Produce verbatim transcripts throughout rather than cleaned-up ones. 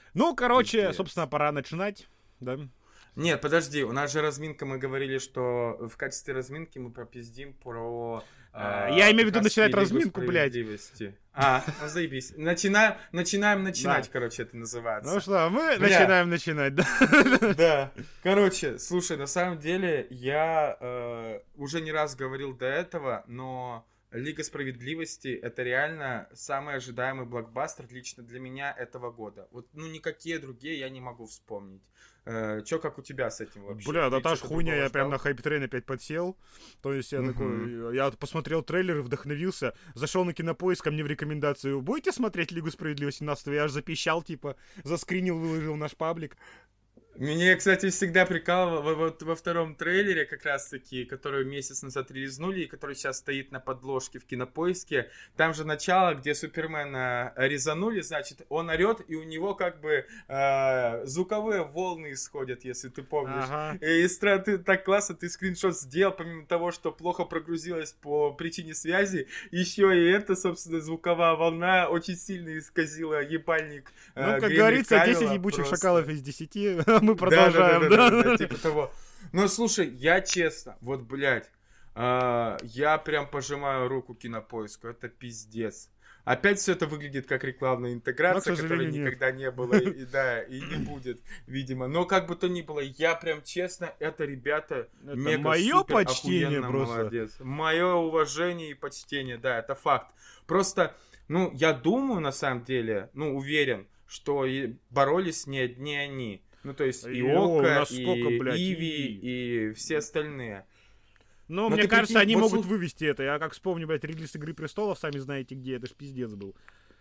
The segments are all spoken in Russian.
Ну, короче, Пиздец. собственно, пора начинать, да? Нет, подожди, у нас же разминка, мы говорили, что в качестве разминки мы попиздим про... А, э, я имею в как виду раз начинать таки Лигу разминку, блядь. Справедливости. А, ну заебись. Начинаем, начинаем начинать, Да. короче, это называется. Ну что, мы Бля. начинаем начинать, да? Да. Короче, слушай, на самом деле я э, уже не раз говорил до этого, но Лига Справедливости — это реально самый ожидаемый блокбастер лично для меня этого года. Вот, ну, никакие другие я не могу вспомнить. Э, чё, как у тебя с этим вообще? Бля, да Ты та ж что-то хуйня, другого я прям ждал? на хайп-трейн опять подсел. То есть я Мгм. такой, я посмотрел трейлеры, вдохновился, зашел на Кинопоиск, ко мне в рекомендацию: будете смотреть Лигу Справедливости семнадцатого? Я аж запищал, типа, заскринил, выложил в наш паблик. Меня, кстати, всегда прикалывало вот во втором трейлере, как раз-таки, который месяц назад релизнули, и который сейчас стоит на подложке в Кинопоиске. Там же начало, где Супермена резанули, значит, он орет, и у него как бы э, звуковые волны исходят, если ты помнишь. Ага. И стра- ты так классно, ты скриншот сделал, помимо того, что плохо прогрузилось по причине связи, еще и это, собственно, звуковая волна очень сильно исказила ебальник. э, Ну, как Генри говорится, десять Кавилла ебучих просто. шакалов из десяти. Мы продолжаем, Да, да? типа того. Но слушай, я честно, вот, блядь, а, я прям пожимаю руку Кинопоиску, это пиздец. Опять все это выглядит как рекламная интеграция, Но, к которой сожалению, нет. никогда не было, и, и да, и не будет, видимо. Но как бы то ни было, я прям честно, это ребята Это мега моё супер почтение охуенно просто. молодец. Мое уважение и почтение, да, это факт. Просто, ну, я думаю, на самом деле, ну, уверен, что и боролись не одни они. Ну, то есть и Йоу, Ока, насколько, и блядь, Иви, и- и все остальные. Но, Но мне ты кажется, прикинь, они вот могут слу- вывести это. Я как вспомню, блядь, релиз Игры Престолов, сами знаете где, это ж пиздец был.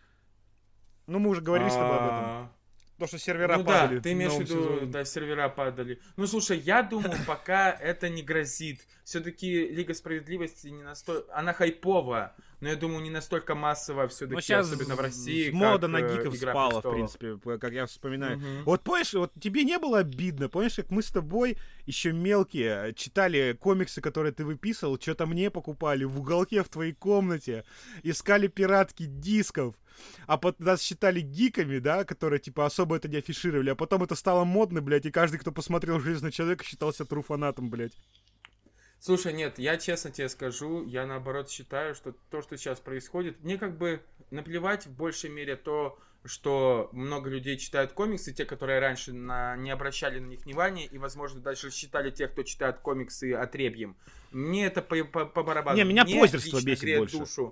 Ну, мы уже говорили с тобой об этом. А, То, что сервера Ну падали да, ты имеешь в в виду, новом сезоне. да, сервера падали. Ну, слушай, я думаю, пока это не грозит. Все-таки Лига Справедливости не настолько... Она хайповая, но я думаю, не настолько массовая Ну, все-таки, сейчас особенно в России, мода как, на э, гиков Игра спала, в престолов. принципе, как я вспоминаю. Мгм. Вот помнишь, вот тебе не было обидно, помнишь, как мы с тобой еще мелкие читали комиксы, которые ты выписывал, что-то мне покупали в уголке в твоей комнате, искали пиратки дисков, а потом нас считали гиками, да, которые, типа, особо это не афишировали, а потом это стало модно, блядь, и каждый, кто посмотрел «Железного человека», считался true фанатом, блядь. Слушай, нет, я честно тебе скажу, я наоборот считаю, что то, что сейчас происходит, мне как бы наплевать в большей мере то, что много людей читают комиксы, те, которые раньше на, не обращали на них внимания, и, возможно, даже считали тех, кто читает комиксы, отребьем. Мне это по, по, по барабану. Не, меня Мне позерство лично бесит греет больше. душу.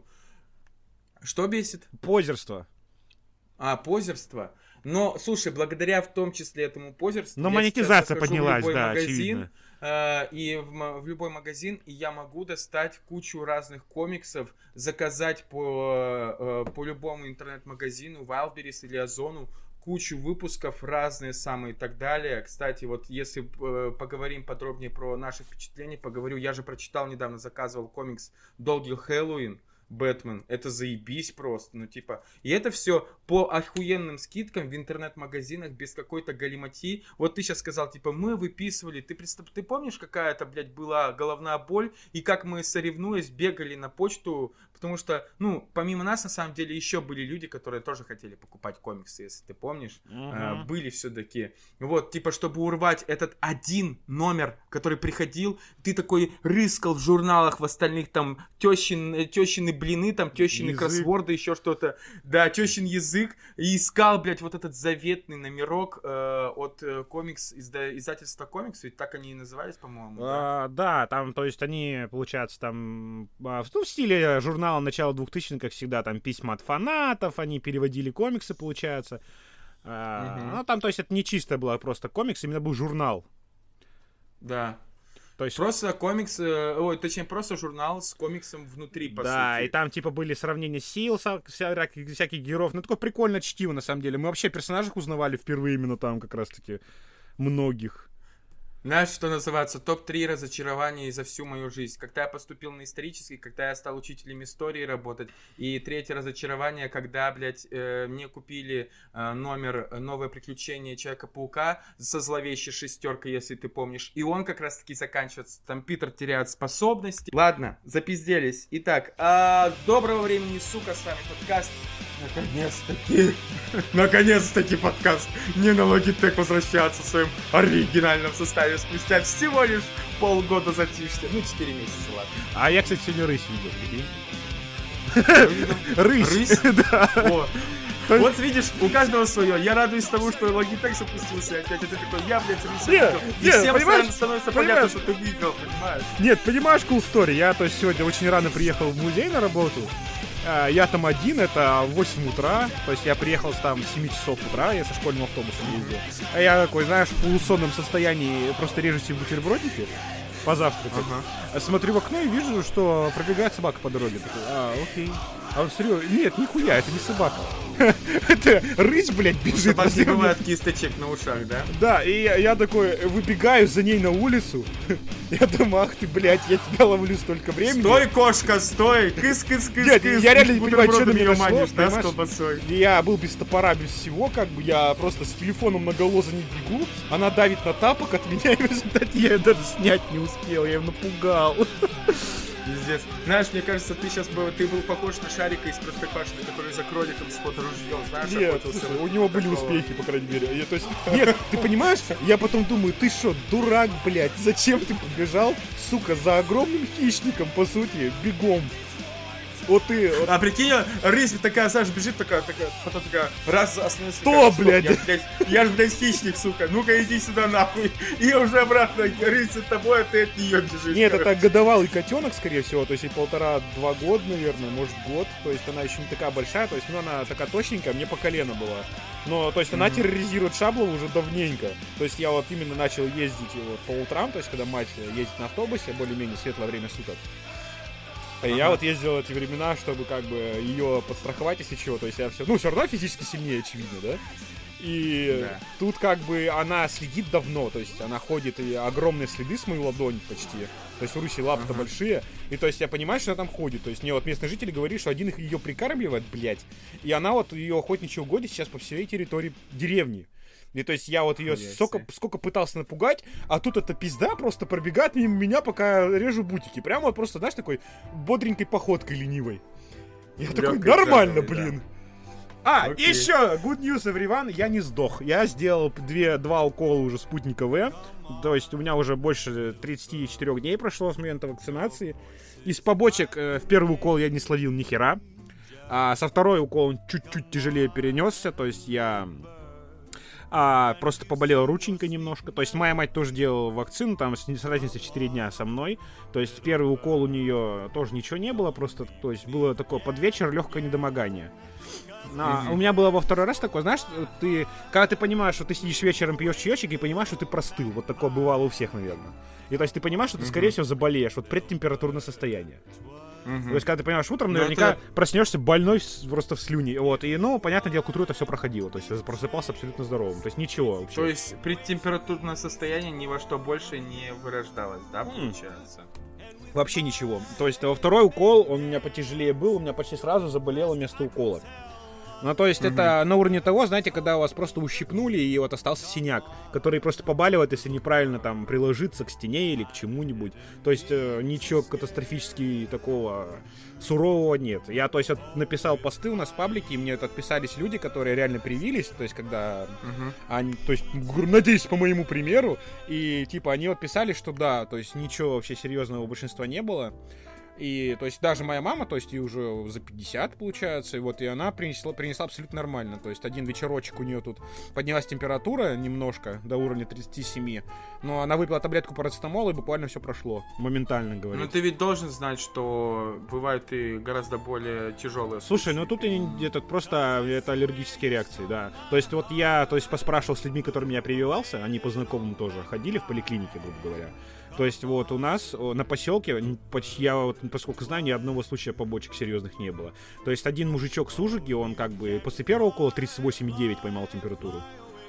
Что бесит? Позерство. А, позерство. Но, слушай, благодаря в том числе этому позерству... Но я монетизация сейчас захожу поднялась, в любой да, магазин, очевидно. э, и в, м- в любой магазин, и я могу достать кучу разных комиксов, заказать по, э, по любому интернет-магазину, Wildberries или Озону, кучу выпусков разные самые и так далее. Кстати, вот если э, поговорим подробнее про наши впечатления, поговорю, я же прочитал недавно, заказывал комикс «Долгий Хэллоуин», Бэтмен, это заебись просто, ну типа, и это все по охуенным скидкам в интернет-магазинах без какой-то галиматьи. Вот ты сейчас сказал, типа, мы выписывали, ты представ... ты помнишь, какая это, блядь, была головная боль, и как мы, соревнуясь, бегали на почту, потому что, ну, помимо нас, на самом деле, еще были люди, которые тоже хотели покупать комиксы, если ты помнишь, Мгм. а, были все-таки, вот, типа, чтобы урвать этот один номер, который приходил, ты такой рыскал в журналах, в остальных, там, тещин, тещины блины, там, тещины Язык. кроссворды, еще что-то, да, тещин язык, и искал, блядь, вот этот заветный номерок э, от э, комикс, изда- издательства комикс, ведь так они и назывались, по-моему, да? А, да, там, то есть они, получается, там, а, в, ну, в стиле журнала начала двухтысячных, как всегда, там письма от фанатов, они переводили комиксы, получается. А, Мгм. ну, там, то есть это не чисто было просто комикс, именно был журнал. Да. То есть, Просто комикс, э, ой, точнее, просто журнал с комиксом внутри, по да, сути. и там, типа, были сравнения сил со- всяких, всяких героев. Ну, такое прикольное чтиво, на самом деле. Мы вообще персонажей узнавали впервые именно там, как раз-таки, многих. Знаешь, что называется топ три разочарований за всю мою жизнь. Когда я поступил на исторический, когда я стал учителем истории работать. И третье разочарование, когда, блядь, э, мне купили э, номер «Новое приключение Человека-паука» со зловещей шестеркой, если ты помнишь. И он как раз-таки заканчивается. Там Питер теряет способности. Ладно, запизделись. Итак, э, доброго времени, сука, с вами подкаст. Наконец-таки, наконец-таки подкаст не на Logitech возвращается в своем оригинальном составе спустя всего лишь полгода затишья. Ну, четыре месяца, ладно. А я, кстати, сегодня рысь видел. Рысь? Рысь? Да. О. Вот видишь, у каждого свое. Я радуюсь тому, что Logitech запустился опять. И ты такой, я, блядь, рысь видел. И всем становится понятно, что ты выиграл, понимаешь? Нет, понимаешь, cool story. Я, то есть, сегодня очень рано приехал в музей на работу. Я там один, это в восемь утра, то есть я приехал там с семи часов утра, я со школьным автобусом ездил. А я такой, знаешь, в полусонном состоянии просто режу себе бутербродики позавтракать. Ага. Смотрю в окно и вижу, что пробегает собака по дороге. Такой, а, окей. А вот смотрю, нет, нихуя, это не собака. Это рысь, блядь, бежит. Собак не бывает кисточек на ушах, да? Да, и я, я такой выбегаю за ней на улицу. Я думаю, ах ты, блядь, я тебя ловлю столько времени. Стой, кошка, стой! Кыс-кыс-кыс-кыс! Нет, я реально не понимаю, что на меня нашло, да, с колбасой. Я был без топора, без всего, как бы, я просто с телефоном наголо за ней бегу. Она давит на тапок от меня, и в результате я ее даже снять не успел, я ее напугал. Пиздец. Знаешь, мне кажется, ты сейчас был, ты был похож на Шарика из Простоквашино, который за кроликом с фоторужьем, знаешь, нет, охотился. Слушай, у него были такого успехи, по крайней мере. Я, то есть, нет, ты понимаешь, я потом думаю, ты что, дурак, блядь, зачем ты побежал, сука, за огромным хищником, по сути, бегом? Вот ты... Вот... А прикинь, рысь такая, Саша, бежит такая, такая, потом такая, раз остановился. Что, блядь? Я, блядь? Я же, блядь, хищник, сука, ну-ка иди сюда нахуй. И уже обратно, рысь от тобой, а ты от нее бежишь. Нет, короче. Это годовалый котенок, скорее всего, то есть и полтора-два года, наверное, может год. То есть она еще не такая большая, то есть, ну, она такая точненькая, мне по колено была. Но, то есть, она mm-hmm. терроризирует Шаблова уже давненько. То есть, я вот именно начал ездить вот, по утрам, то есть, когда мать ездит на автобусе, более-менее светлое время суток. Ага. Я вот ездил в эти времена, чтобы как бы ее подстраховать, если чего. То есть я все, ну, все равно физически сильнее, очевидно, да? И да. Тут как бы она следит давно, то есть она ходит, и огромные следы с моей ладони почти. То есть у Руси лапы-то ага. большие. И то есть я понимаю, что она там ходит. То есть мне вот местные жители говорили, что один их ее прикармливает, блядь. И она вот, ее охотничье угодье сейчас по всей территории деревни. И то есть я вот ее сколько, сколько пытался напугать, а тут эта пизда просто пробегает мимо меня, пока режу бутики. Прямо вот просто, знаешь, такой бодренькой походкой ленивой. Я Лёгкой такой, нормально, травой, блин. Да. А, okay. еще, good news, everyone, я не сдох. Я сделал две, два укола уже спутника В. То есть у меня уже больше тридцать четыре дней прошло с момента вакцинации. Из побочек э, в первый укол я не словил ни хера. А со второй укол он чуть-чуть тяжелее перенесся. То есть я... А, просто поболела рученька немножко. То есть моя мать тоже делала вакцину, там с разницей в четыре дня со мной. То есть первый укол у нее тоже ничего не было, просто, то есть было такое под вечер легкое недомогание. А, mm-hmm. У меня было во второй раз такое, знаешь, ты, когда ты понимаешь, что ты сидишь вечером, пьешь чаечек и понимаешь, что ты простыл. Вот такое бывало у всех, наверное. И то есть ты понимаешь, что ты, mm-hmm. скорее всего, заболеешь. Вот предтемпературное состояние. Uh-huh. То есть, когда ты понимаешь, утром наверняка это... проснешься больной просто в слюне. Вот, и, ну, понятное дело, к утру это все проходило. То есть, я просыпался абсолютно здоровым. То есть, ничего вообще. То есть, предтемпературное состояние ни во что больше не вырождалось, да, получается? Mm. Вообще ничего. То есть, во второй укол, он у меня потяжелее был, у меня почти сразу заболело место укола. Ну, то есть, uh-huh. это на уровне того, знаете, когда вас просто ущипнули, и вот остался синяк, который просто побаливает, если неправильно там приложиться к стене или к чему-нибудь. То есть, э, ничего катастрофически такого сурового нет. Я, то есть, вот, написал посты у нас в паблике, и мне вот отписались люди, которые реально привились, то есть, когда uh-huh. они, то есть, надеюсь, по моему примеру, и, типа, они вот писали, что да, то есть, ничего вообще серьезного у большинства не было. И, то есть, даже моя мама, то есть, и уже за пятьдесят, получается, и вот, и она принесла, принесла абсолютно нормально. То есть, один вечерочек у нее тут поднялась температура немножко, до уровня тридцать семь, но она выпила таблетку парацетамола, и буквально все прошло. Моментально, говорит. Ну, ты ведь должен знать, что бывают и гораздо более тяжелые. Слушай, ну, тут это просто это аллергические реакции, да. То есть, вот я, то есть, поспрашивал с людьми, которыми я прививался, они по знакомым тоже ходили в поликлинике, грубо говоря. То есть вот у нас на поселке, почти, я вот, поскольку знаю, ни одного случая побочек серьезных не было. То есть один мужичок с Ужиги, он как бы после первого укола тридцать восемь и девять поймал температуру.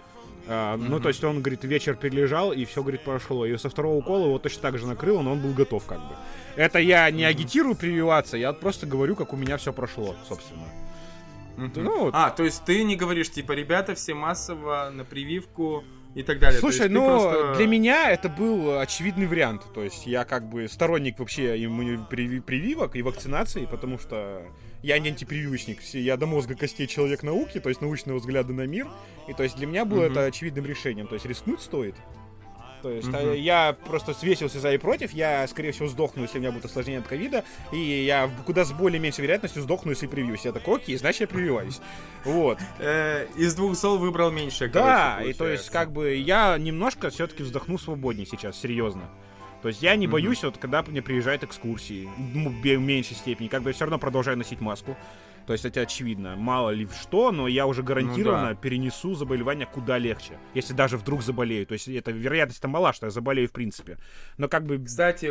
А, mm-hmm. Ну, то есть он, говорит, вечер перележал, и все, говорит, прошло. И со второго укола его точно так же накрыло, но он был готов как бы. Это я не mm-hmm. агитирую прививаться, я просто говорю, как у меня все прошло, собственно. Mm-hmm. Ну, вот. А, то есть ты не говоришь, типа, ребята, все массово на прививку и так далее. Слушай, ну, просто... для меня это был очевидный вариант. То есть я как бы сторонник вообще прививок и вакцинации, потому что я не антипрививочник, я до мозга костей человек науки, то есть научного взгляда на мир. И то есть для меня было mm-hmm. это очевидным решением. То есть рискнуть стоит. То есть mm-hmm. я просто свесился за и против, я, скорее всего, сдохну, если у меня будет осложнение от ковида, и я куда с более меньшей вероятностью сдохну, если привьюсь. Я такой, окей, значит, я прививаюсь. Вот. Из двух зол выбрал меньше. Да, и то есть, как бы, я немножко все-таки вздохну свободнее сейчас, серьезно. То есть я не mm-hmm. боюсь, вот когда мне приезжают экскурсии, в меньшей степени, как бы я все равно продолжаю носить маску. То есть это очевидно, мало ли что, но я уже гарантированно ну, да. перенесу заболевание куда легче, если даже вдруг заболею. То есть это вероятность-то мала, что я заболею в принципе. Но как бы... Кстати,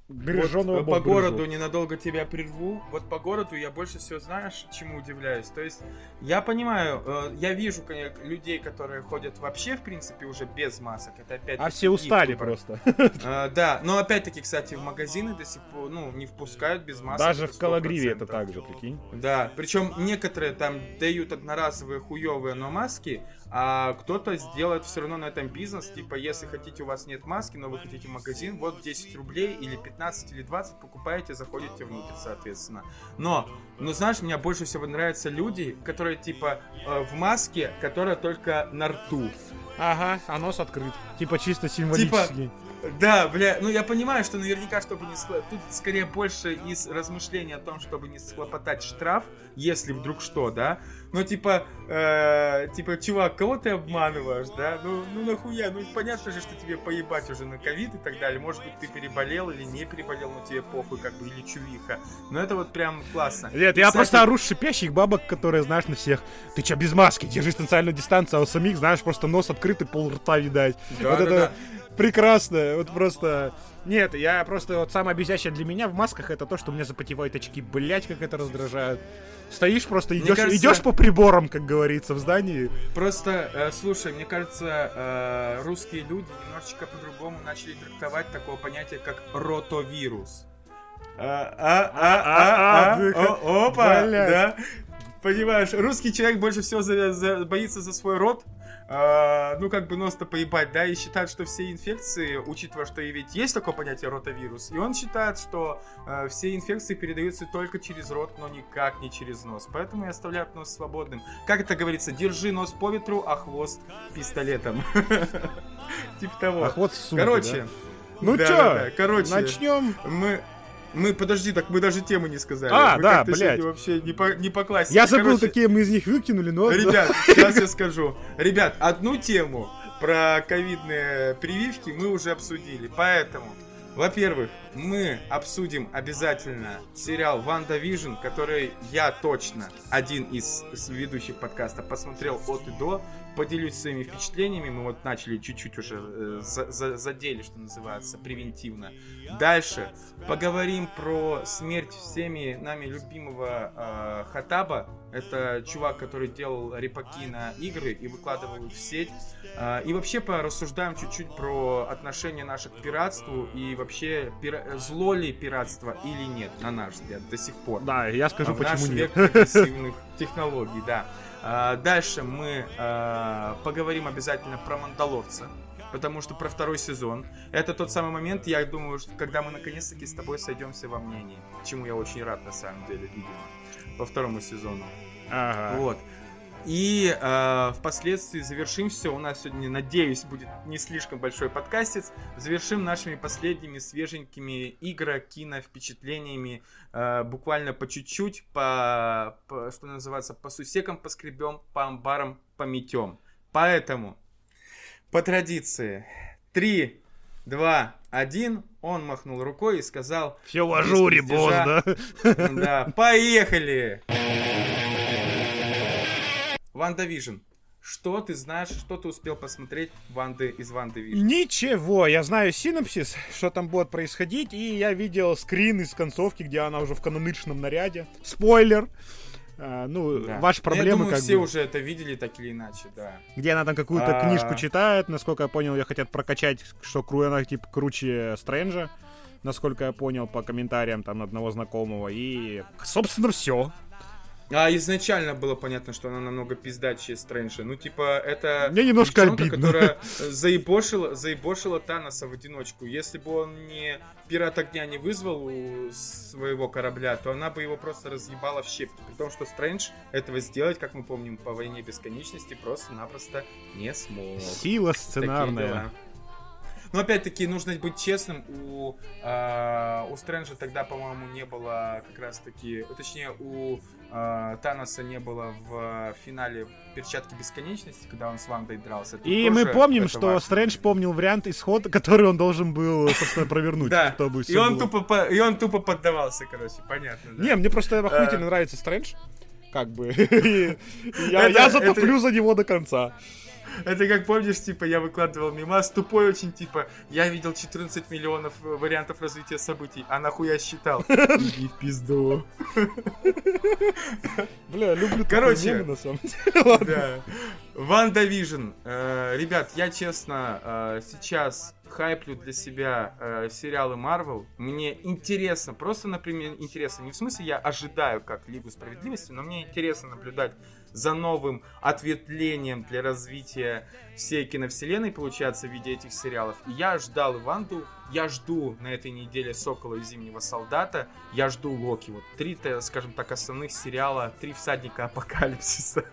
вот по городу ненадолго тебя прерву. Вот по городу я больше всего, знаешь, чему удивляюсь. То есть я понимаю, я вижу конечно, людей, которые ходят вообще, в принципе, уже без масок. Это опять а все устали просто. А, да, но опять-таки, кстати, в магазины до сих пор ну, не впускают без масок. Даже в Калагриве это так же, прикинь. Да, причем некоторые там дают одноразовые хуевые, но маски, а кто-то сделает все равно на этом бизнес. Типа, если хотите, у вас нет маски, но вы хотите в магазин, вот десять рублей или пятнадцать или двадцать покупаете, заходите внутрь, соответственно. Но, ну знаешь, мне больше всего нравятся люди, которые типа э, в маске, которая только на рту. Ага, а нос открыт. Типа чисто символически. Типа, да, бля, ну я понимаю, что наверняка, чтобы не схлопотать, тут скорее больше из размышлений о том, чтобы не схлопотать штраф, если вдруг что, да, но типа, э, типа, чувак, кого ты обманываешь, да, ну, ну нахуя, ну понятно же, что тебе поебать уже на ковид и так далее, может быть ты переболел или не переболел, но тебе похуй, как бы, или чувиха, но это вот прям классно. Нет, и, я кстати... просто ору шипящих бабок, которые, знаешь, на всех, ты чё, без маски, держи дистанциальную дистанцию, а у самих, знаешь, просто нос открытый, пол рта видать. Да, вот да, это... да. Прекрасно, вот просто... Нет, я просто... Вот самое бесящее для меня в масках это то, что у меня запотевают очки. Блять, как это раздражает. Стоишь просто, идешь, кажется... идешь по приборам, как говорится, в здании. Просто, э, слушай, мне кажется, э, русские люди немножечко по-другому начали трактовать такое понятие, как ротовирус. А-а-а-а-а-а-опа, да? Понимаешь, русский человек больше всего за, за, боится за свой рот. Uh, ну, как бы нос-то поебать, да, и считает, что все инфекции, учитывая, что и ведь есть такое понятие ротавирус, и он считает, что uh, все инфекции передаются только через рот, но никак не через нос, поэтому и оставляют нос свободным. Как это говорится, держи нос по ветру, а хвост пистолетом. Типа того. А хвост в сумке, короче, ну чё, короче, начнем. Мы... Мы, подожди, так мы даже темы не сказали. А, мы да, блядь. Вообще не по, не по классике. Я забыл, короче, какие мы из них выкинули, но... Ребят, сейчас я скажу. Ребят, одну тему про ковидные прививки мы уже обсудили. Поэтому, во-первых, мы обсудим обязательно сериал «WandaVision», который я точно, один из ведущих подкаста, посмотрел от и до. Поделюсь своими впечатлениями. Мы вот начали чуть-чуть уже э, за, за, задели, что называется, превентивно. Дальше поговорим про смерть всеми нами любимого э, Хаттаба. Это чувак, который делал репаки на игры и выкладывал их в сеть. Э, и вообще порассуждаем чуть-чуть про отношение наше к пиратству и вообще пира... зло ли пиратство или нет, на наш взгляд, до сих пор. Да, я скажу, в почему наш нет. век прогрессивных технологий, да. Uh, дальше мы uh, поговорим обязательно про «Мандалорца», потому что про второй сезон. Это тот самый момент, я думаю, что когда мы наконец-таки с тобой сойдемся во мнении, чему я очень рад на самом деле, видимо, по второму сезону. Ага. Вот. И э, впоследствии завершим все. У нас сегодня, надеюсь, будет не слишком большой подкастец. Завершим нашими последними свеженькими игро, кино, впечатлениями. Э, буквально по чуть-чуть, по, по, что называется, по сусекам поскребем, по амбарам пометем. Поэтому, по традиции, три, два, один, он махнул рукой и сказал... Все в ажуре, босс, да? Да, поехали! WandaVision. Что ты знаешь, что ты успел посмотреть Ванды из WandaVision? Ничего, я знаю синопсис, что там будет происходить, и я видел скрин из концовки, где она уже в каноничном наряде. Спойлер! А, ну, Да. ваши проблемы, я думаю, как все бы... уже это видели так или иначе, да. Где она там какую-то А. книжку читает, насколько я понял, ее хотят прокачать, что кру- она типа круче Стрэнджа, насколько я понял по комментариям там одного знакомого. И, собственно, все. А изначально было понятно, что она намного пиздачее Стрэнджа. Ну, типа, это Мне немножко девчонка, обидно. которая заебошила, заебошила Таноса в одиночку. Если бы он не пират огня не вызвал у своего корабля, то она бы его просто разъебала в щепки. При том, что Стрэндж этого сделать, как мы помним, по Войне Бесконечности просто-напросто не смог. Сила Такие сценарная. дела. Но опять-таки нужно быть честным, у, э, у Стрэнджа тогда, по-моему, не было как раз-таки, точнее, у э, Таноса не было в финале перчатки бесконечности, когда он с Вандой дрался. Тут И мы помним, это что важно. Стрэндж помнил вариант исхода, который он должен был, собственно, провернуть. Да, чтобы и всё он, было. тупо, по- и он тупо поддавался, короче, понятно. Да. Не, мне просто охуительно А. нравится Стрэндж. Как бы. И Я Это- я затоплю это- за него до конца. Это как помнишь, типа, я выкладывал мемас, тупой очень, типа, я видел четырнадцать миллионов вариантов развития событий, а нахуя считал? Иди в пизду. Бля, люблю Короче. такие мемы, на самом деле. Ладно. Да. Ванда Вижн. Э, Ребят, я честно э, сейчас хайплю для себя э, сериалы Марвел. Мне интересно, просто, например, интересно. Не в смысле я ожидаю как Лигу Справедливости, но мне интересно наблюдать за новым ответвлением для развития всей киновселенной, получается, в виде этих сериалов. И я ждал Ванду, я жду на этой неделе Сокола и Зимнего Солдата, я жду Локи. Вот три, скажем так, основных сериала, три всадника апокалипсиса.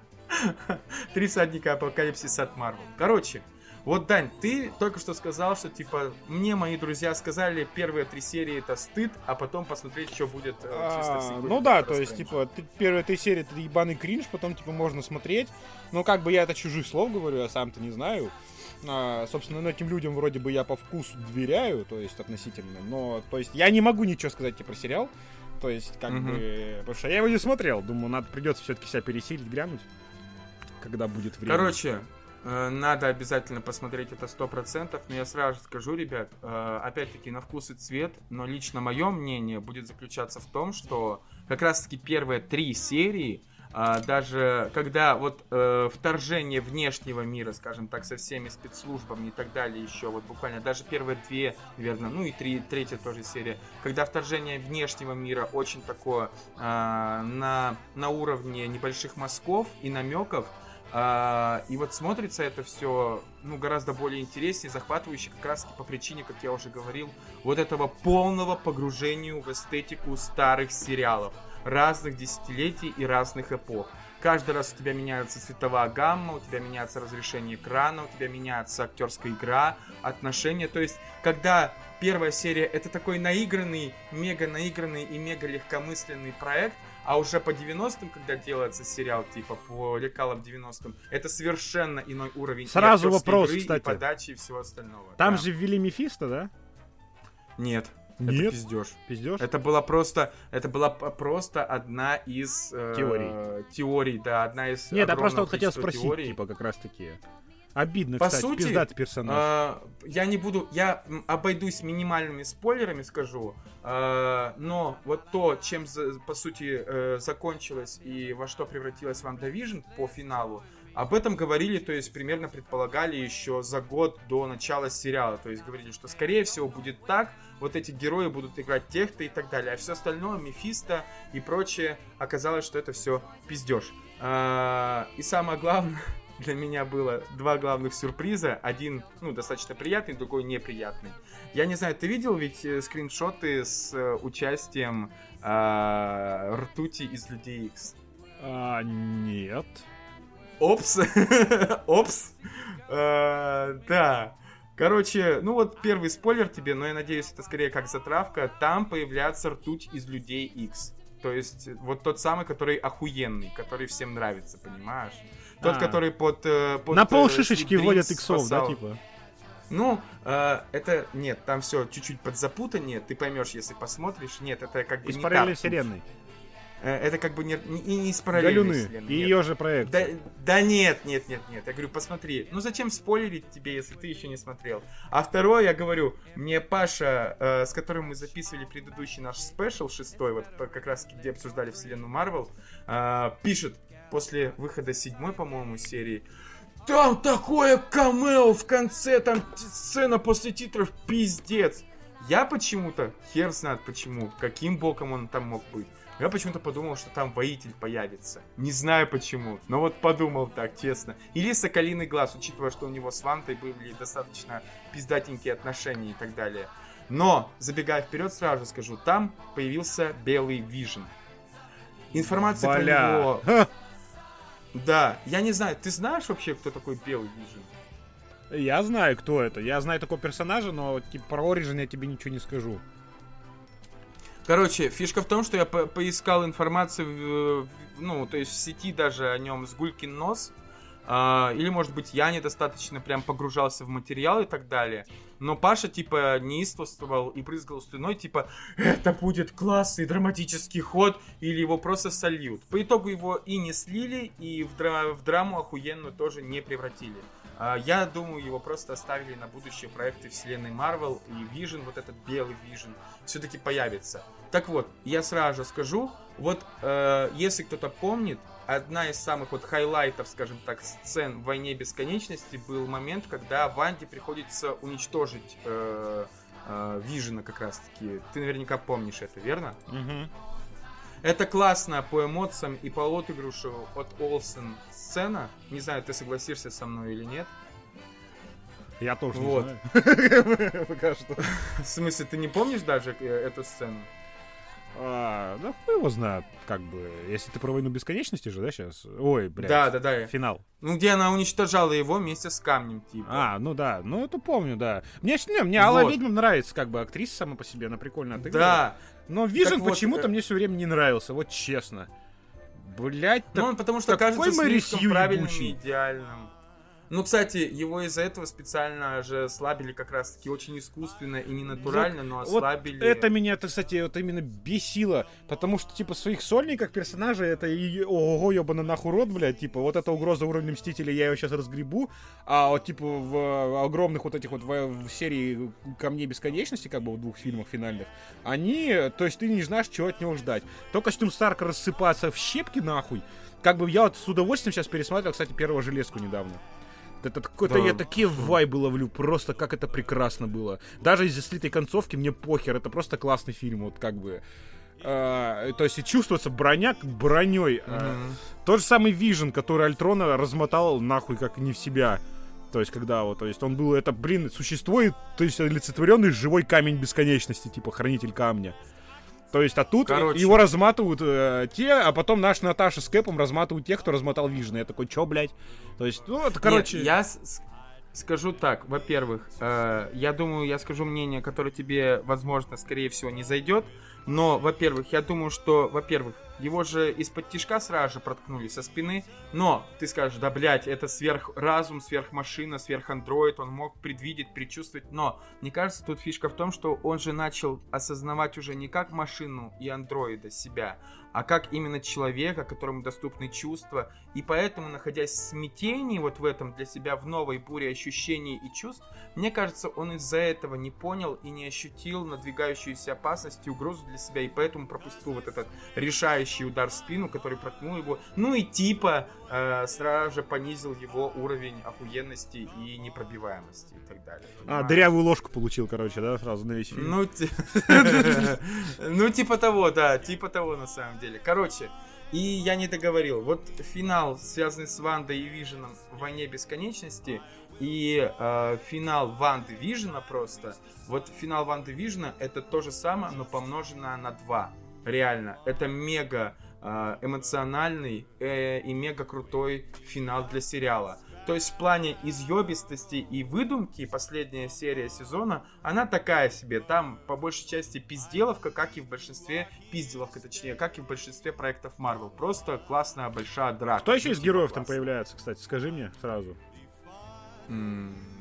Три всадника апокалипсиса от Марвел. Короче, вот, Дань, ты только что сказал, что, типа, мне мои друзья сказали, первые три серии это стыд, а потом посмотреть, что будет э, чисто А, в сиквеле Ну да, про то есть, Стрэнджа. типа, ты- первые три серии это ебаный кринж, потом, типа, можно смотреть. Но как бы я это чужих слов говорю, я сам-то не знаю. А, собственно, ну, этим людям вроде бы я по вкусу доверяю, то есть, относительно. Но, то есть, я не могу ничего сказать тебе про сериал. То есть, как Мгм. бы, потому что я его не смотрел. Думаю, надо придется все-таки себя пересилить, глянуть, когда будет время. Короче, э, надо обязательно посмотреть это сто процентов, но я сразу скажу, ребят, э, опять-таки на вкус и цвет, но лично мое мнение будет заключаться в том, что как раз-таки первые три серии, а, даже когда вот э, вторжение внешнего мира, скажем так, со всеми спецслужбами и так далее, еще вот буквально даже первые две, наверное, ну и три, третья тоже серия, когда вторжение внешнего мира очень такое а, на, на уровне небольших мазков и намеков, а, и вот смотрится это все, ну, гораздо более интереснее, захватывающе, как раз по причине, как я уже говорил, вот этого полного погружения в эстетику старых сериалов разных десятилетий и разных эпох. Каждый раз у тебя меняется цветовая гамма, у тебя меняется разрешение экрана, у тебя меняется актерская игра, отношения. То есть, когда первая серия это такой наигранный, мега наигранный и мега легкомысленный проект, а уже по девяностым, когда делается сериал, типа по лекалам девяностым, это совершенно иной уровень. Сразу и актерской вопрос, игры, кстати. и подачи, и всего остального. Там Да. же ввели Мефисто, да? Нет. Нет? Это пиздеж. Пиздешь? Это была просто, это была п- просто одна из э, Теорий. теорий, да, одна из. Нет, я просто огромного вот хотел количества спросить, теорий. типа, как раз таки. Обидно, По кстати, сути, пиздатый персонаж. Э, я не буду, я м, обойдусь минимальными спойлерами, скажу, э, но вот то, чем за- по сути э, закончилось и во что превратилась Ванда Вижн по финалу, об этом говорили, то есть примерно предполагали еще за год до начала сериала, то есть говорили, что скорее всего будет так, вот эти герои будут играть тех-то и так далее, а все остальное, Мефисто и прочее, оказалось, что это все пиздеж. Э, и самое главное, для меня было два главных сюрприза. Один, ну, достаточно приятный, другой неприятный. Я не знаю, ты видел ведь э, скриншоты с э, участием э, ртути из Людей Икс? А, нет. Опс! Опс! Э, Да. Короче, ну вот первый спойлер тебе, но я надеюсь, это скорее как затравка. Там появляется ртуть из Людей Икс. То есть вот тот самый, который охуенный, который всем нравится, понимаешь? Тот, А. который под... э, под На э, пол шишечки Sleep вводят Dreams иксов, да, спасал. типа? Ну, э, это... Нет, там все чуть-чуть подзапутаннее. Ты поймешь, если посмотришь. Нет, это как бы Из не параллельной так. вселенной. Это как бы не, не, не из параллельной вселенной. И ее же проект. Да, да нет, нет, нет, нет. Я говорю, посмотри. Ну зачем спойлерить тебе, если ты еще не смотрел? А второе, я говорю, мне Паша, э, с которым мы записывали предыдущий наш спешл, шестой, вот как раз где обсуждали вселенную Марвел, э, пишет после выхода седьмой, по-моему, серии: там такое камео в конце, там сцена после титров, пиздец. Я почему-то, хер знает почему, каким боком он там мог быть. Я почему-то подумал, что там воитель появится. Не знаю почему, но вот подумал так, честно. Или Соколиный глаз, учитывая, что у него с Вантой были достаточно пиздатенькие отношения и так далее. Но, забегая вперед, сразу же скажу, там появился Белый Вижн. Информация Бля. про него... Ха! Да, я не знаю, ты знаешь вообще, кто такой Белый Вижн? Я знаю, кто это. Я знаю такого персонажа, но типа про Origin я тебе ничего не скажу. Короче, фишка в том, что я по- поискал информацию, в, ну, то есть в сети даже о нем с гулькин нос. А, или, может быть, я недостаточно прям погружался в материал и так далее. Но Паша, типа, неистовствовал и брызгал слюной, типа, это будет классный драматический ход, или его просто сольют. По итогу его и не слили, и в, дра- в драму охуенную тоже не превратили. А, я думаю, его просто оставили на будущие проекты вселенной Marvel, и Vision, вот этот белый Vision, все-таки появится. Так вот, я сразу же скажу, вот э, если кто-то помнит, одна из самых вот хайлайтов, скажем так, сцен в «Войне бесконечности» был момент, когда Ванде приходится уничтожить э, э, Вижена как раз-таки. Ты наверняка помнишь это, верно? Угу. Это классно по эмоциям и по отыгрышу от Олсен сцена. Не знаю, ты согласишься со мной или нет. Я тоже вот. не знаю. Пока что. В смысле, ты не помнишь даже эту сцену? А, да хуй его знает, как бы. Если ты про «Войну бесконечности» же, да, сейчас? Ой, блядь. Да, да, да. Финал. Ну, где она уничтожала его вместе с камнем, типа. А, ну да, ну это помню, да. Мне, не, мне Алла вот. Ведьма нравится, как бы, актриса сама по себе, она прикольно отыгрывает. Да. Но Вижн почему-то вот, мне все время не нравился, вот честно. Блять, ну он потому что кажется слишком правильным и идеальным. Ну, кстати, его из-за этого специально же слабили как раз-таки очень искусственно и не натурально, вот, но ослабили... Вот это меня, кстати, вот именно бесило, потому что, типа, своих сольников персонажей, это ого, ёбаный нахуй рот, блядь, типа, вот эта угроза уровня Мстителей, я ее сейчас разгребу, а вот, типа, в огромных вот этих вот в, в серии Камней Бесконечности, как бы, в двух фильмах финальных, они, то есть ты не знаешь, чего от него ждать. То костюм Старка рассыпаться в щепки, нахуй, как бы, я вот с удовольствием сейчас пересматривал, кстати, первого «Железку» недавно. Это какой-то, да. Я такие вайбы ловлю, просто как это прекрасно было. Даже из-за слитой концовки мне похер, это просто классный фильм, вот как бы. А, то есть и чувствуется броня к броней. Mm-hmm. А, тот же самый Вижн, который Альтрона размотал нахуй как не в себя. То есть когда вот, то есть он был, это, блин, существует, то есть олицетворенный живой камень бесконечности, типа хранитель камня. То есть, а тут Короче. его разматывают э, те, а потом наш Наташа с Кэпом разматывают тех, кто размотал Вижна. Я такой, чё, блядь? То есть, ну, это, короче... Нет, я с- скажу так, во-первых, э, я думаю, я скажу мнение, которое тебе, возможно, скорее всего, не зайдет. Но, во-первых, я думаю, что, во-первых, его же из-под тишка сразу же проткнули со спины. Но ты скажешь, да, блядь, это сверхразум, сверхмашина, сверхандроид, он мог предвидеть, предчувствовать. Но, мне кажется, тут фишка в том, что он же начал осознавать уже не как машину и андроида себя, а как именно человека, которому доступны чувства. И поэтому, находясь в смятении вот в этом для себя, в новой буре ощущений и чувств, мне кажется, он из-за этого не понял и не ощутил надвигающуюся опасность и угрозу для себя, и поэтому пропустил вот этот решающий удар в спину, который проткнул его, ну и типа э, сразу же понизил его уровень охуенности и непробиваемости и так далее. А, дырявую ложку получил, короче, да, сразу на весь фильм. Ну, типа того, да, типа того на самом деле. Короче, и я не договорил. Вот финал, связанный с Вандой и Виженом в «Войне бесконечности», и э, финал Ванды Вижена просто. Вот финал Ванды Вижена это то же самое, но помноженное на два. Реально, это мега э, эмоциональный э, и мега крутой финал для сериала. То есть в плане изъебистости и выдумки последняя серия сезона, она такая себе. Там по большей части пизделовка, как и в большинстве, пизделовка точнее, как и в большинстве проектов Marvel. Просто классная большая драка. Кто еще из героев там появляется, кстати, скажи мне сразу. Mm.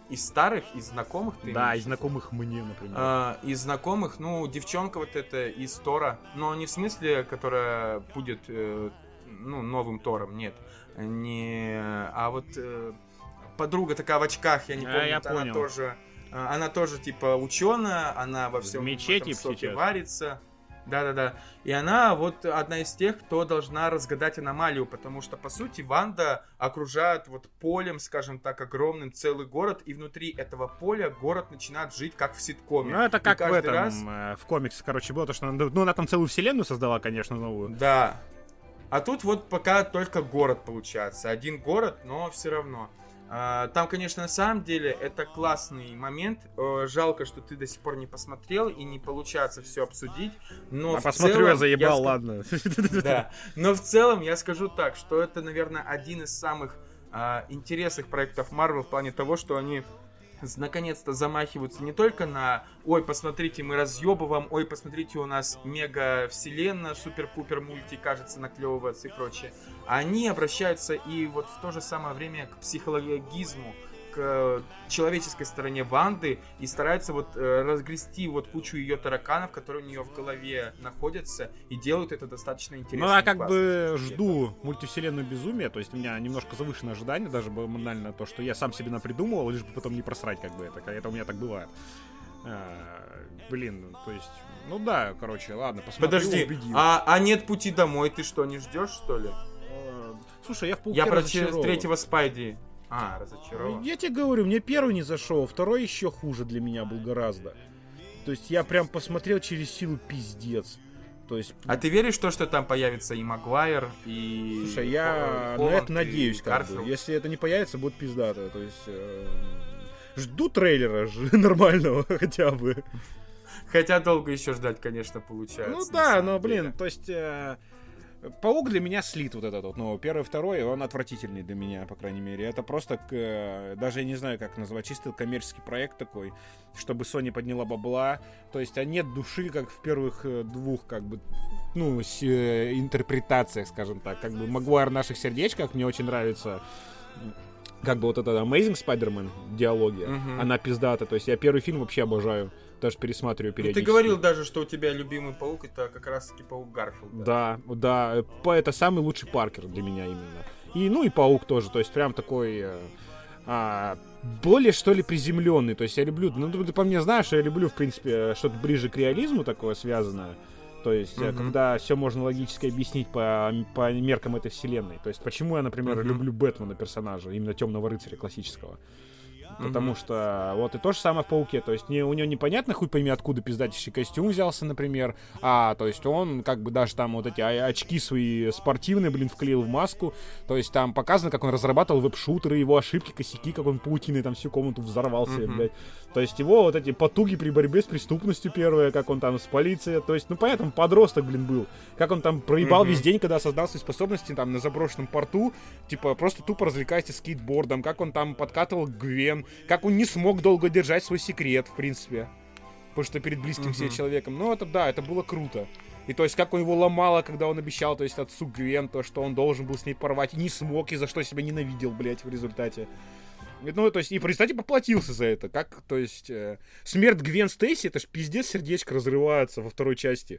из старых, из знакомых ты Да, имеешь? из знакомых мне, например. А, из знакомых, ну, девчонка вот эта из Тора, но не в смысле, которая будет, э, ну, новым Тором, нет. Не, а вот э, подруга такая в очках, я не А, помню, я вот она понял. тоже, э, она тоже типа ученая, она во всем В мечети этом соке сейчас. варится. Да-да-да. И она вот одна из тех, кто должна разгадать аномалию, потому что, по сути, Ванда окружает вот полем, скажем так, огромным целый город, и внутри этого поля город начинает жить как в ситкоме. Ну, это И как в каждый этом, раз- э, в комиксе, короче, было то, что она, ну, она там целую вселенную создала, конечно, новую. Да. А тут вот пока только город получается. Один город, но все равно. А, Там, конечно, на самом деле это классный момент. Э, Жалко, что ты до сих пор не посмотрел и не получается все обсудить. Но А в посмотрю, целом я заебал, ска- ладно. Да. Но в целом я скажу так, что это, наверное, один из самых а, интересных проектов Marvel в плане того, что они с- наконец-то замахиваются не только на «Ой, посмотрите, мы разъебываем», «Ой, посмотрите, у нас мега-вселенная, супер-пупер мульти, кажется, наклевывается» и прочее. Они обращаются и вот в то же самое время к психологизму, к человеческой стороне Ванды и стараются вот э, разгрести вот кучу ее тараканов, которые у нее в голове находятся, и делают это достаточно интересно. Ну, я и как классно. бы жду мультивселенную безумия, то есть у меня немножко завышенное ожидание, даже банально то, что я сам себе напридумывал, лишь бы потом не просрать, как бы это. Это у меня так бывает. А, блин, ну, то есть, ну да, короче, ладно, посмотрю, Подожди, убедил. а, а нет пути домой, ты что, не ждешь, что ли? А, Слушай, я в Пауке Я про че- разочарован. третьего Спайди. А, разочарован. Я тебе говорю, мне первый не зашел, второй еще хуже для меня был гораздо. То есть я прям посмотрел через силу пиздец. То есть, А ты веришь в то, что там появится и Магуайр, и... слушай, я Хо- на Холланд, это и надеюсь, как бы. Гарфилд? Если это не появится, будет пиздато. То есть э, жду трейлера ж- нормального хотя бы. Хотя долго еще ждать, конечно, получается. Ну на да, самом но, блин, деле. то есть... э, Паук для меня слит вот этот вот, ну, первый, второй, он отвратительный для меня, по крайней мере. Это просто, э, даже я не знаю, как назвать, чисто коммерческий проект такой, чтобы Sony подняла бабла. То есть, а нет души, как в первых э, двух, как бы, ну, с, э, интерпретациях, скажем так. Как бы Магуайр в наших сердечках, мне очень нравится, как бы вот эта Amazing Spider-Man диалогия, Мгм. она пиздата. То есть, я первый фильм вообще обожаю, даже пересматриваю Ну, периодически. ты говорил даже, что у тебя любимый паук это как раз-таки паук Гарфилда. Да, да, по- это самый лучший Паркер для меня именно. И, ну и Паук тоже, то есть прям такой э, а, более, что ли, приземленный. То есть я люблю, ну ты, ты по мне знаешь, я люблю, в принципе, что-то ближе к реализму такое связанное. То есть, э, Мгм. когда все можно логически объяснить по, по меркам этой вселенной. То есть, почему я, например, Мгм. люблю Бэтмена персонажа, именно Темного рыцаря классического. Потому Мгм. что вот и то же самое в Пауке. То есть не, у него непонятно хуй пойми откуда пиздатейший костюм взялся, например. А, то есть он как бы даже там вот эти о- очки свои спортивные, блин, вклеил в маску. То есть там показано, как он разрабатывал веб-шутеры, его ошибки, косяки, как он паутиной там всю комнату взорвал себе, Мгм. блядь. То есть его вот эти потуги при борьбе с преступностью первые, как он там с полицией. То есть, ну понятно, он подросток, блин, был. Как он там проебал Мгм. весь день, когда создал свои способности там на заброшенном порту. Типа просто тупо развлекаясь скейтбордом. Как он там подкатывал Гвен. Как он не смог долго держать свой секрет, в принципе. Потому что перед близким себе Мгм. человеком. Ну это да, это было круто. И то есть как он его ломало, когда он обещал, то есть отцу Гвен, то, что он должен был с ней порвать. И не смог, и за что себя ненавидел, блядь, в результате. Ну, то есть, и, кстати, поплатился за это. Как, то есть, э, смерть Гвен Стейси, это ж пиздец, сердечко разрывается во второй части.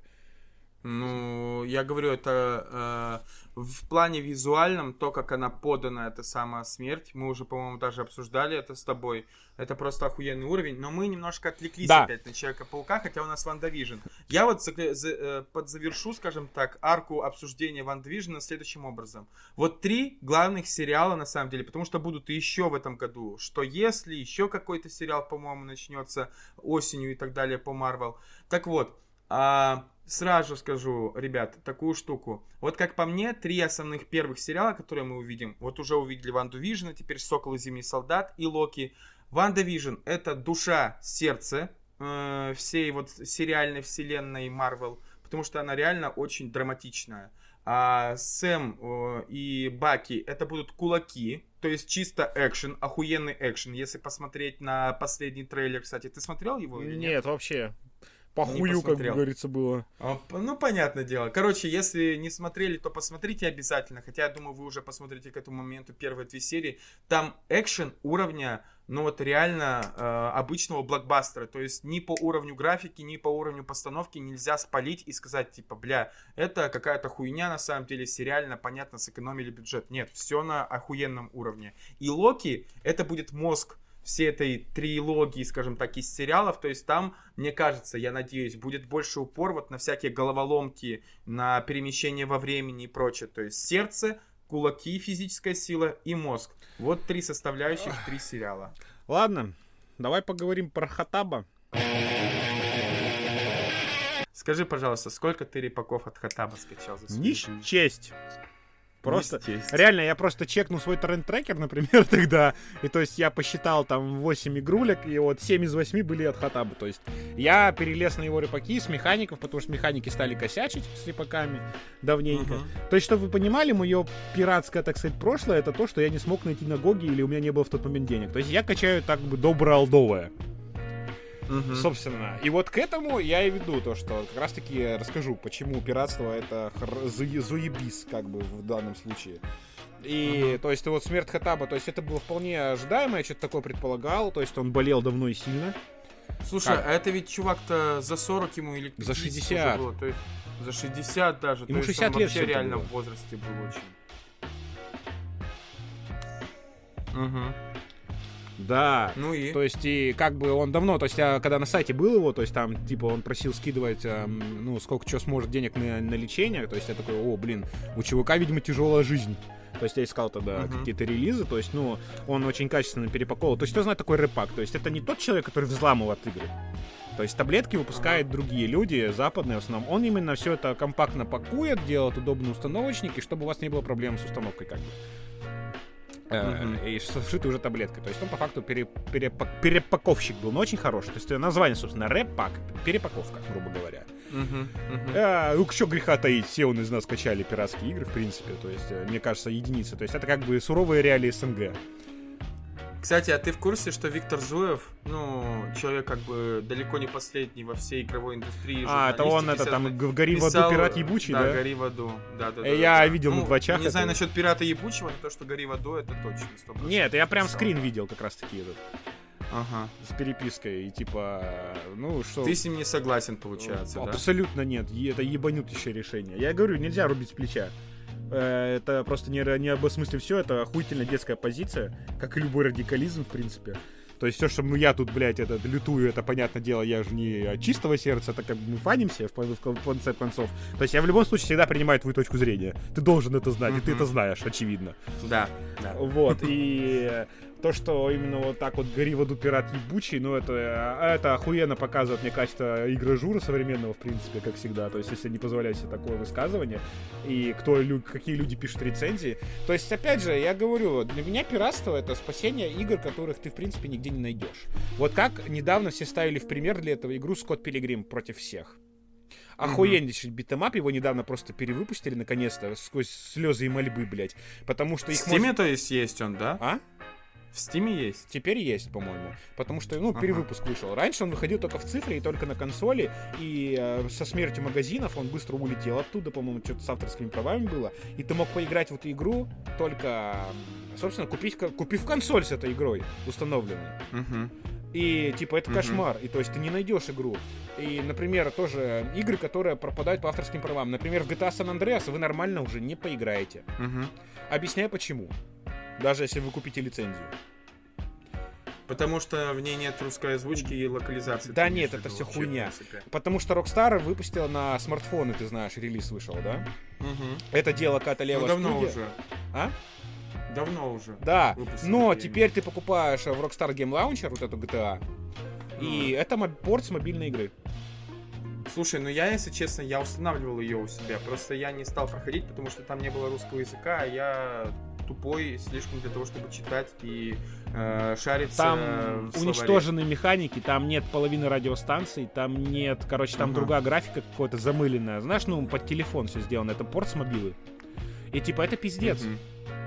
Ну, я говорю, это э, в плане визуальном, то, как она подана, это самая смерть. Мы уже, по-моему, даже обсуждали это с тобой. Это просто охуенный уровень. Но мы немножко отвлеклись Да. опять на Человека-паука, хотя у нас Ванда Вижн. Я вот за- за- э, подзавершу, скажем так, арку обсуждения Ванда Вижна следующим образом. Вот три главных сериала, на самом деле, потому что будут и еще в этом году. Что если еще какой-то сериал, по-моему, начнется осенью и так далее по Марвел. Так вот, а, сразу же скажу, ребят, такую штуку. Вот как по мне, три основных первых сериала, которые мы увидим. Вот уже увидели Ванду Вижн, теперь Сокол и Зимний Солдат и Локи. Ванда Вижн — это душа, сердце э, всей вот сериальной вселенной Марвел, потому что она реально очень драматичная. А Сэм э, и Баки — это будут кулаки, то есть чисто экшен, охуенный экшен. Если посмотреть на последний трейлер, кстати, ты смотрел его или нет? Нет, вообще. Похую, как посмотрел. говорится, было. А, п- Ну, понятное дело. Короче, если не смотрели, то посмотрите обязательно. Хотя, я думаю, вы уже посмотрите к этому моменту первые две серии. Там экшен уровня ну вот реально э, обычного блокбастера. То есть ни по уровню графики, ни по уровню постановки нельзя спалить и сказать, типа, бля, это какая-то хуйня, на самом деле, сериально, понятно, сэкономили бюджет. Нет, все на охуенном уровне. И Локи, это будет мозг всей этой трилогии, скажем так, из сериалов. То есть там, мне кажется, я надеюсь, будет больше упор вот на всякие головоломки, на перемещение во времени и прочее. То есть сердце, кулаки, физическая сила и мозг. Вот три составляющих, три сериала. Ладно, давай поговорим про Хаттаба. Скажи, пожалуйста, сколько ты репаков от Хаттаба скачал за свою Не жизнь? честь. Просто, Естественно. реально, я просто чекнул свой торрент-трекер, например, тогда, и то есть я посчитал там восемь игрулек, и вот семь из восьми были от Хаттаба, то есть я перелез на его репаки с механиков, потому что механики стали косячить с репаками давненько. Мгм. То есть, чтобы вы понимали, мое пиратское, так сказать, прошлое, это то, что я не смог найти на Гоге, или у меня не было в тот момент денег. То есть я качаю так бы добро-олдовое. Мгм. Собственно. И вот к этому я и веду то, что как раз-таки расскажу, почему пиратство это хр- зу- зуебис, как бы, в данном случае. И, Мгм. то есть, вот смерть Хаттаба, то есть, это было вполне ожидаемо, я что-то такое предполагал, то есть, он болел давно и сильно. Слушай, Как? а это ведь чувак-то за сорок ему или За пятьдесят шестьдесят. уже было, то есть за шестьдесят даже. Ему то есть шестьдесят он лет вообще всё-то реально было. в возрасте был очень. Угу. Да. Ну и? То есть, и как бы он давно, то есть, я когда на сайте был его, то есть, там, типа, он просил скидывать, эм, ну, сколько что сможет денег на, на лечение, то есть, я такой, о, блин, у чувака, видимо, тяжелая жизнь. То есть, я искал тогда Мгм. какие-то релизы, то есть, ну, он очень качественно перепаковал. То есть, кто знает такой рэпак? То есть, это не тот человек, который взламывает игры. То есть, таблетки выпускают другие люди, западные в основном. Он именно все это компактно пакует, делает удобные установочники, чтобы у вас не было проблем с установкой, как бы. Э, Мгм. И вшитый уже таблеткой. То есть он по факту пере- перепак- перепаковщик был, но очень хороший. То есть название, собственно, рэп-пак, перепаковка, грубо говоря. Мгм, мгм. А, ну, что греха таить, все он из нас качали пиратские игры, в принципе. То есть, э, мне кажется, единицы. То есть это как бы суровые реалии СНГ. Кстати, а ты в курсе, что Виктор Зуев, ну, человек как бы далеко не последний во всей игровой индустрии. А, это он, это журналистики, там, писал- г- гори в аду, писал- пират ебучий, да? Да, гори в аду. Да, да, да, Э, да, я да. видел на Ну, двачах Не знаю это. насчет пирата ебучего, но то, что гори в аду, это точно. сто процентов. Нет, я прям писал. скрин видел как раз-таки этот, Ага. с перепиской. И типа, ну что... Ты с ним не согласен, получается, да? Абсолютно нет. Е- Это ебанутейшее решение. Я говорю, нельзя рубить с плеча. Э, Это просто не, не об смысле все, это охуительно детская позиция, как и любой радикализм, в принципе. То есть все, что ну, я тут, блядь, это лютую, это, понятное дело, я же не от чистого сердца, так как бы мы фанимся в, в, в конце концов. То есть я в любом случае всегда принимаю твою точку зрения. Ты должен это знать, и ты Мгм. это знаешь, очевидно. Да, да. Вот, и то, что именно вот так вот гори в аду пират ебучий, ну это, это охуенно показывает мне качество игражура современного, в принципе, как всегда. То есть, если не позволять себе такое высказывание, и кто, лю- какие люди пишут рецензии. То есть, опять же, я говорю, для меня пиратство — это спасение игр, которых ты, в принципе, нигде не найдешь. Вот как недавно все ставили в пример для этого игру Скотт Пилигрим против всех. Охуеннейший битэмап, его недавно просто перевыпустили, наконец-то, сквозь слезы и мольбы, блядь. Потому что В их Стиме, можно- то есть, есть он, да? А? В Стиме есть. Теперь есть, по-моему. Потому что, ну, Ага. перевыпуск вышел. Раньше он выходил только в цифре и только на консоли. И э, со смертью магазинов он быстро улетел оттуда. По-моему, что-то с авторскими правами было. И ты мог поиграть в эту игру только, м, собственно, купить, ко- купив консоль с этой игрой установленной. Мгм. И, типа, это Мгм. кошмар. И, то есть, ты не найдешь игру. И, например, тоже игры, которые пропадают по авторским правам. Например, в джи ти эй San Andreas вы нормально уже не поиграете. Мгм. Объясняю, почему. Даже если вы купите лицензию. Потому что в ней нет русской озвучки и локализации. Да ты нет, имеешь в это виду всё вообще, хуйня. в принципе. Потому что Rockstar выпустила на смартфоны, ты знаешь, релиз вышел, да? Мгм. Это дело какая-то Ну, левая давно студия. уже. А? Давно уже. Да, Выпустили но такие. теперь ты покупаешь в Rockstar Game Launcher вот эту джи ти эй, и это моб- порт с мобильной игры. Слушай, ну я, если честно, я устанавливал ее у себя. Просто я не стал проходить, потому что там не было русского языка, а я тупой слишком для того, чтобы читать и э, шариться Там в словаре. уничтожены механики, там нет половины радиостанций, там нет, короче, там Ага. другая графика какая-то замыленная. Знаешь, ну, под телефон все сделано, это порт с мобилы. И типа это пиздец, Мгм.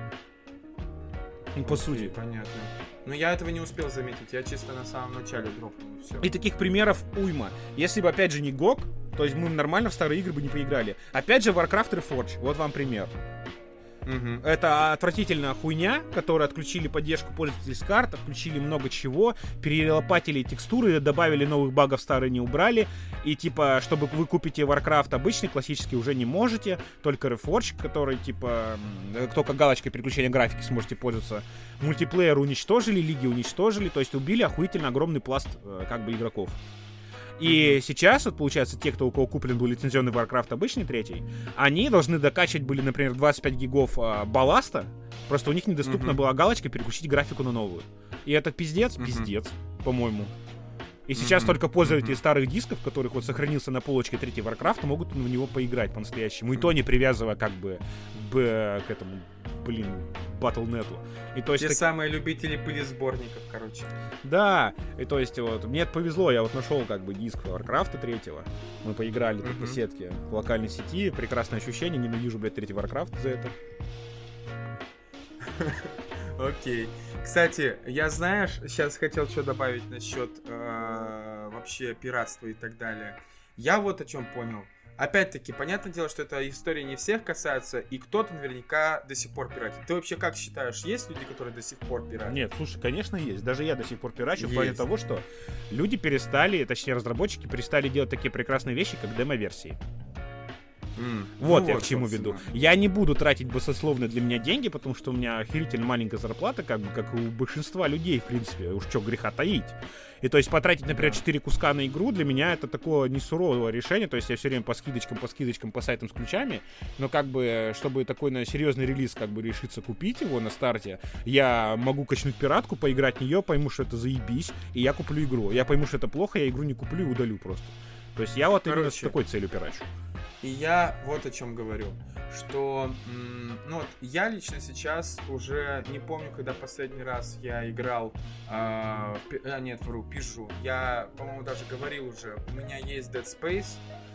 ну, по Окей, сути. понятно. Но я этого не успел заметить, я чисто на самом начале дропнул, и все. И таких примеров уйма. Если бы, опять же, не джи о джи, то есть мы нормально в старые игры бы не поиграли. Опять же, Warcraft Reforged, вот вам пример. Угу. Это отвратительная хуйня, которая отключили поддержку пользовательских карт, отключили много чего, перелопатили текстуры, добавили новых багов, старые не убрали. И типа, чтобы вы купите Warcraft обычный, классический, уже не можете. Только Reforged, который типа, только галочкой переключения графики сможете пользоваться. Мультиплеер уничтожили, лиги уничтожили. То есть убили охуительно огромный пласт как бы игроков. И mm-hmm. сейчас, вот, получается, те, кто у кого куплен был лицензионный Warcraft обычный, третий, они должны докачать были, например, двадцать пять гигов а, балласта, просто у них недоступна mm-hmm. была галочка переключить графику на новую. И это пиздец, mm-hmm. пиздец, по-моему. И сейчас mm-hmm. только пользователи mm-hmm. старых дисков, которых вот сохранился на полочке третий Warcraft, могут в него поиграть по-настоящему. Mm-hmm. И то не привязывая как бы к, к этому, блин, батл точка нет. И то есть те так... самые любители пылесборников, короче. Да, и то есть вот мне это повезло, я вот нашел как бы диск Warcraft третьего. Мы поиграли тут mm-hmm. на сетке в локальной сети. Прекрасное ощущение, ненавижу, блядь, третий Warcraft за это. Окей. Кстати, я, знаешь, сейчас хотел что добавить насчет вообще пиратства и так далее. Я вот о чем понял. Опять-таки, понятное дело, что эта история не всех касается, и кто-то наверняка до сих пор пиратит. Ты вообще как считаешь, есть люди, которые до сих пор пиратят? Нет, слушай, конечно есть. Даже я до сих пор пирачу в плане того, что люди перестали, точнее разработчики перестали делать такие прекрасные вещи, как демо-версии. Mm. Вот ну я вот, к чему веду. Я не буду тратить баснословные для меня деньги, потому что у меня охерительно маленькая зарплата, как бы как у большинства людей, в принципе. Уж что греха таить. И то есть потратить, например, четыре куска на игру для меня это такое не суровое решение. То есть я все время по скидочкам, по скидочкам, по сайтам с ключами. Но как бы, чтобы такой на серьезный релиз как бы решиться купить его на старте, я могу качнуть пиратку, поиграть в нее, пойму, что это заебись, и я куплю игру. Я пойму, что это плохо, я игру не куплю и удалю просто. То есть я вот Короче, именно с такой целью пирачу. И я вот о чем говорю, что, ну вот, я лично сейчас уже не помню, когда последний раз я играл, а, а нет, вру, пишу, я, по-моему, даже говорил уже, у меня есть Dead Space,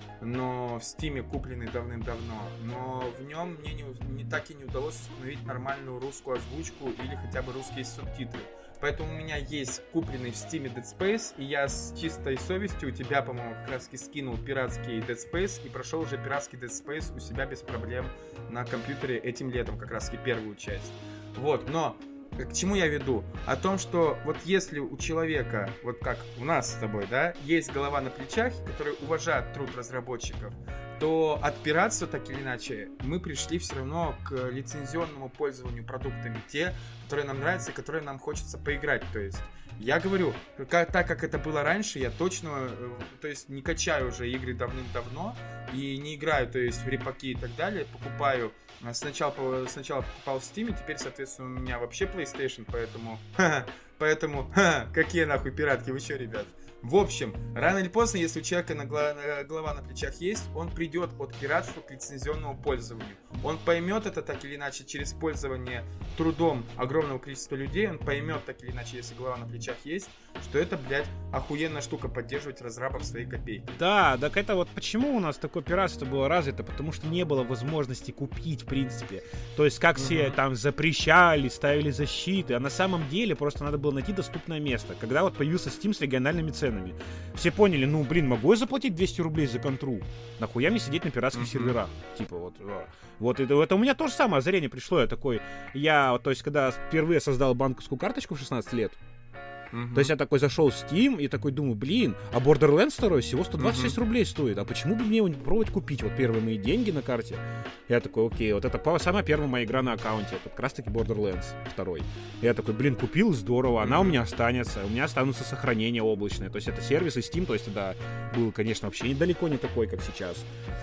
но в Стиме купленный давным-давно, но в нем мне не, не так и не удалось установить нормальную русскую озвучку или хотя бы русские субтитры. Поэтому у меня есть купленный в Steam Dead Space, и я с чистой совестью у тебя, по-моему, как раз скинул пиратский Dead Space и прошел уже пиратский Dead Space у себя без проблем на компьютере этим летом, как раз и первую часть. Вот, но к чему я веду? О том, что вот если у человека, вот как у нас с тобой, да, есть голова на плечах, который уважает труд разработчиков, то от пиратства, так или иначе, мы пришли все равно к лицензионному пользованию продуктами, те, которые нам нравятся и которые нам хочется поиграть. То есть, я говорю, как, так как это было раньше, я точно, то есть, не качаю уже игры давным-давно и не играю, то есть, в репаки и так далее, покупаю. Сначала, сначала покупал в Steam, теперь, соответственно, у меня вообще PlayStation, поэтому, поэтому, какие нахуй пиратки, вы что, ребят? В общем, рано или поздно, если у человека на голова, голова на плечах есть, он придет от пиратства к лицензионному пользованию. Он поймет это так или иначе через пользование трудом огромного количества людей, он поймет так или иначе, если голова на плечах есть, что это, блядь, охуенная штука поддерживать разрабов своей копейки. Да, так это вот почему у нас такое пиратство было развито, потому что не было возможности купить, в принципе. То есть как все uh-huh. там запрещали, ставили защиты, а на самом деле просто надо было найти доступное место. Когда вот появился Steam с региональными ценами, все поняли, ну, блин, могу я заплатить двести рублей за контру? Нахуя мне сидеть на пиратских uh-huh. серверах? Типа вот, вот это, это у меня то же самое озарение пришло. Я такой, я, то есть, когда впервые создал банковскую карточку в шестнадцать лет, Uh-huh. То есть я такой зашел в Steam и такой думаю, блин, а Borderlands второй всего сто двадцать шесть uh-huh. рублей стоит, а почему бы мне его не попробовать купить? Вот первые мои деньги на карте. Я такой, окей, вот это самая первая моя игра на аккаунте, это как раз таки Borderlands второй. Я такой, блин, купил, здорово, она uh-huh. у меня останется, у меня останутся сохранения облачные. То есть это сервис и Steam, то есть тогда был, конечно, вообще недалеко не такой, как сейчас.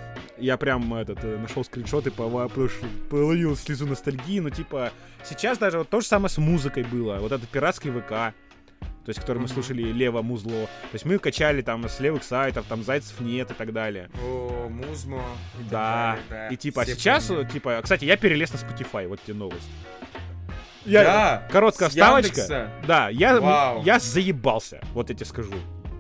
Я прям этот, нашел скриншоты, половил слезу ностальгии, но типа сейчас даже вот то же самое с музыкой было, вот этот пиратский ВК. То есть, который мы слушали лево музло. То есть мы качали там с левых сайтов, там зайцев нет и так далее. О, музмо. И да. Так далее, да. И типа, все сейчас, помнят. типа, кстати, я перелез на Spotify, вот тебе новость. Я, да, короткая вставочка. Яндекса? Да, я, Вау. я заебался, вот я тебе скажу.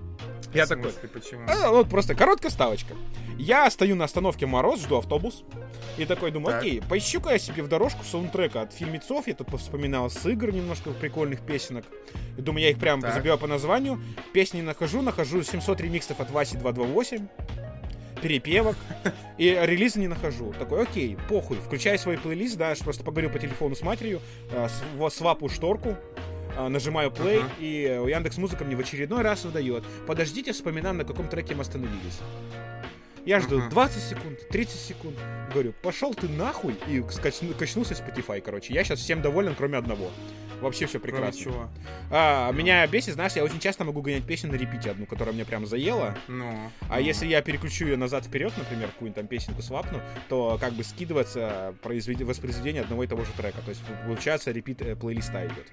Я в смысле, такой, почему? А, вот просто короткая вставочка. Я стою на остановке Мороз, жду автобус. И такой думаю, Так. окей, поищу-ка я себе в дорожку саундтрека от фильмецов. Я тут повспоминал с игр немножко прикольных песенок. И думаю, я их прям Так. забиваю по названию. Песни нахожу, нахожу семьсот ремиксов от Васи два два восемь. перепевок, и релиза не нахожу. Такой, окей, похуй, включаю свой плейлист, да, просто поговорю по телефону с матерью, свапу шторку, нажимаю play, uh-huh. и Яндекс.Музыка мне в очередной раз выдает. Подождите, вспоминаем, на каком треке мы остановились. Я жду uh-huh. двадцать секунд, тридцать секунд. Говорю, пошел ты нахуй, и скачну, качнулся Spotify, короче. Я сейчас всем доволен, кроме одного. Вообще все прекрасно. Чего? А, меня бесит, знаешь, я очень часто могу гонять песню на репите одну, которая меня прям заела. Ну, а ну. если я переключу ее назад-вперед, например, какую-нибудь там песенку свапну, то как бы скидывается произвед... воспроизведение одного и того же трека. То есть получается репит э, плейлиста идет.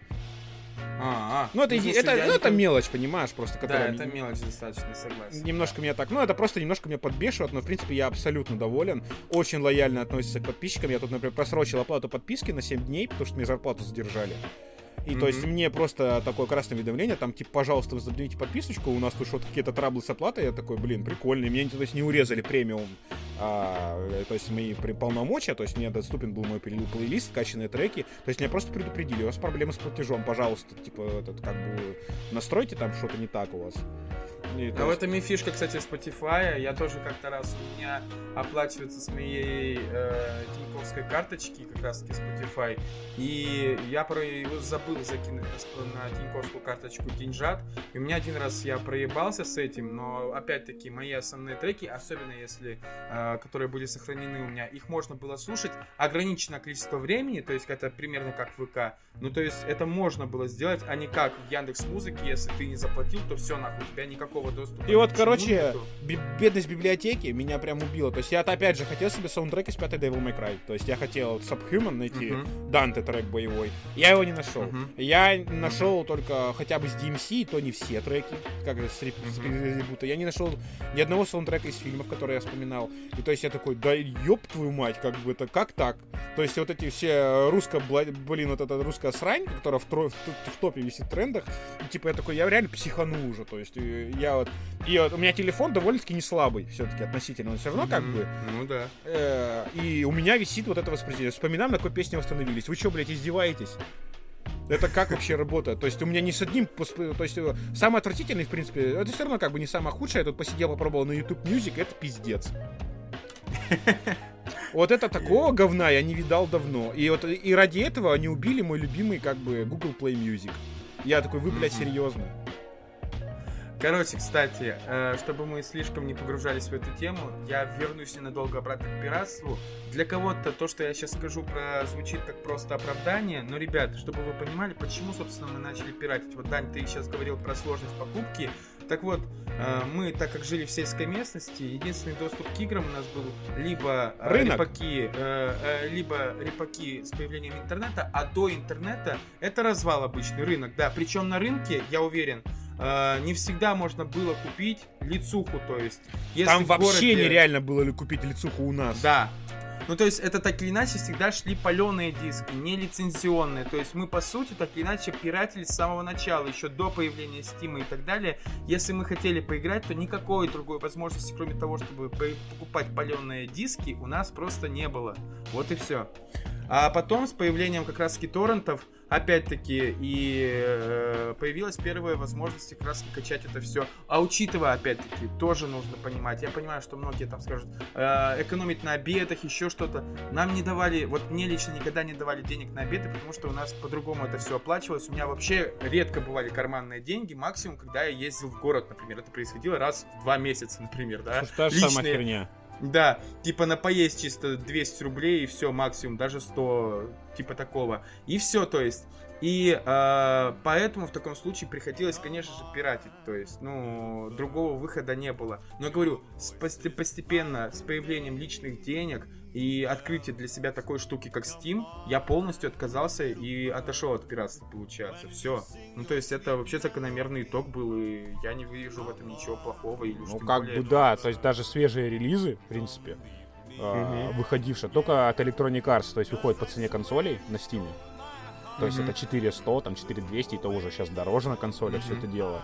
А, а. Ну, это, ну, слушай, это, ну, не... это мелочь, понимаешь, просто которая... Да, это мелочь достаточно, согласен. Немножко меня так... Ну, это просто немножко меня подбешивает, но, в принципе, я абсолютно доволен. Очень лояльно относится к подписчикам. Я тут, например, просрочил оплату подписки на семь дней, потому что мне зарплату задержали. И mm-hmm. то есть мне просто такое красное уведомление, там, типа, пожалуйста, возобновите подписочку, у нас тут что-то какие-то траблы с оплатой. Я такой, блин, прикольно. И мне, то есть, не урезали премиум, а, то есть, мои полномочия, то есть, мне доступен был мой плейлист, скачанные треки. То есть, меня просто предупредили, у вас проблемы с платежом, пожалуйста, типа, этот, как бы, настройте там что-то не так у вас. И, а в этом и фишка, кстати, Spotify. Я тоже как-то раз у меня оплачивается с моей э, тиньковской карточки, как раз таки Spotify. И я про его забыл закинуть на тиньковскую карточку деньжат. И у меня один раз я проебался с этим, но опять-таки мои основные треки, особенно если э, которые были сохранены у меня, их можно было слушать ограниченное количество времени, то есть это примерно как в ВК. Ну, то есть это можно было сделать, а не как в Яндекс.Музыке, если ты не заплатил, то все, нахуй, у тебя никакого доступа. И вот, короче, б- бедность библиотеки меня прям убила. То есть я опять же хотел себе саундтрек из пятой Devil May Cry. То есть я хотел Subhuman найти, uh-huh. Данте трек боевой. Я его не нашел. Uh-huh. Я нашел uh-huh. только хотя бы с ди эм си, и то не все треки, как с ребута. Я не нашел ни одного саундтрека из фильмов, которые я вспоминал. И то есть я такой, да ёб твою мать, как бы это, как так? То есть вот эти все русско, блин, вот эта русская срань, которая в, тро- в, в топе висит в трендах, и, типа я такой, я реально психану уже, то есть я вот, и вот у меня телефон довольно-таки не слабый, все-таки относительно, но все равно mm-hmm. как бы, ну да, э- и у меня висит вот это воспроизведение. Вспоминаем, на какой песне восстановились. Вы что, блядь, издеваетесь? Это как вообще работает? То есть у меня ни с одним... То есть самый отвратительный, в принципе, это все равно как бы не самое худшее. Я тут посидел, попробовал на YouTube Music, это пиздец. Вот это такого говна я не видал давно. И вот и ради этого они убили мой любимый как бы Google Play Music. Я такой, вы, блядь, серьезно? Короче, кстати, э, чтобы мы слишком не погружались в эту тему, я вернусь ненадолго обратно к пиратству. Для кого-то то, что я сейчас скажу, прозвучит как просто оправдание, но, ребят, чтобы вы понимали, почему, собственно, мы начали пиратить. Вот, Дань, ты сейчас говорил про сложность покупки. Так вот, э, мы, так как жили в сельской местности, единственный доступ к играм у нас был либо э, репаки, э, э, либо репаки с появлением интернета, а до интернета это развал обычный рынок, да. Причем на рынке, я уверен, Uh, не всегда можно было купить лицуху, то есть... Если там вообще городе... нереально было ли купить лицуху у нас. Да. Ну, то есть, это так или иначе всегда шли паленые диски, не лицензионные. То есть, мы, по сути, так или иначе пиратели с самого начала, еще до появления Steam и так далее. Если мы хотели поиграть, то никакой другой возможности, кроме того, чтобы покупать паленые диски, у нас просто не было. Вот и все. А потом, с появлением как раз-таки торрентов, опять-таки, и э, появилась первая возможность как раз-таки качать это все. А учитывая, опять-таки, тоже нужно понимать, я понимаю, что многие там скажут, э, экономить на обедах, еще что-то. Нам не давали, вот мне лично никогда не давали денег на обеды, потому что у нас по-другому это все оплачивалось. У меня вообще редко бывали карманные деньги, максимум, когда я ездил в город, например. Это происходило раз в два месяца, например, да. Та же самая херня. Да, типа на поесть чисто двести рублей и все, максимум, даже сто, типа такого. И все, то есть. И э, поэтому в таком случае приходилось, конечно же, пиратить. То есть, ну, другого выхода не было. Но я говорю, с, постепенно, с появлением личных денег и открытие для себя такой штуки, как Steam, я полностью отказался и отошел от пиратства, получается. Все. Ну, то есть, это вообще закономерный итог был, и я не вижу в этом ничего плохого. Или ну, как более... бы да, то есть, даже свежие релизы, в принципе, uh-huh. э, выходившие только от Electronic Arts, то есть, выходят по цене консолей на Steam. То есть mm-hmm. это четыре сто, там четыре двести, это уже сейчас дороже на консолях mm-hmm. все это дело.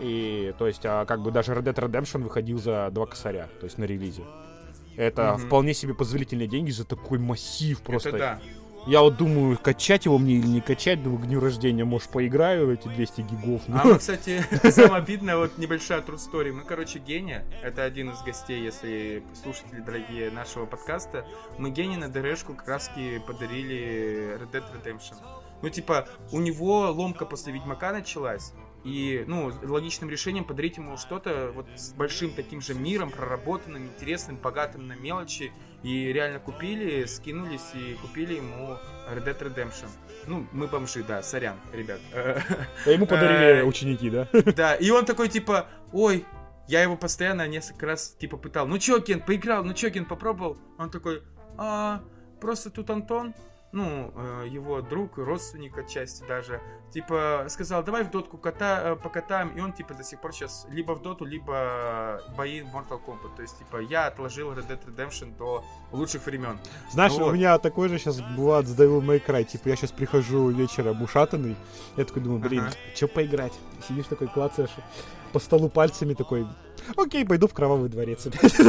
И то есть, а, как бы даже Red Dead Redemption выходил за два косаря, то есть на релизе. Это mm-hmm. вполне себе позволительные деньги за такой массив просто. Это да. Я вот думаю, качать его мне или не качать, думаю, к дню рождения, может, поиграю в эти двести гигов. А мы, кстати, самое обидное, вот небольшая true story. Мы, короче, Гене, это один из гостей, если слушатели дорогие нашего подкаста, мы Гене на ДРшку как раз подарили Red Dead Redemption. Ну, типа, у него ломка после Ведьмака началась. И, ну, логичным решением подарить ему что-то вот с большим таким же миром, проработанным, интересным, богатым на мелочи. И реально купили, скинулись и купили ему Red Dead Redemption. Ну, мы бомжи, да, сорян, ребят. А ему подарили ученики, да? Да, и он такой, типа, ой, я его постоянно несколько раз, типа, пытал. Ну чё, Кен, поиграл, ну чё, Кен, попробовал? Он такой, а, просто тут Антон, ну, его друг, родственник отчасти даже, типа, сказал, давай в дотку кота, покатаем, и он, типа, до сих пор сейчас либо в доту, либо бои в Mortal Kombat, то есть, типа, я отложил Red Dead Redemption до лучших времен. Знаешь, вот. У меня такой же сейчас бывает с Devil May Cry, типа, я сейчас прихожу вечером ушатанный, я такой думаю, блин, ага. Чё поиграть? Сидишь такой, клацаешь по столу пальцами такой... Окей, пойду в Кровавый дворец.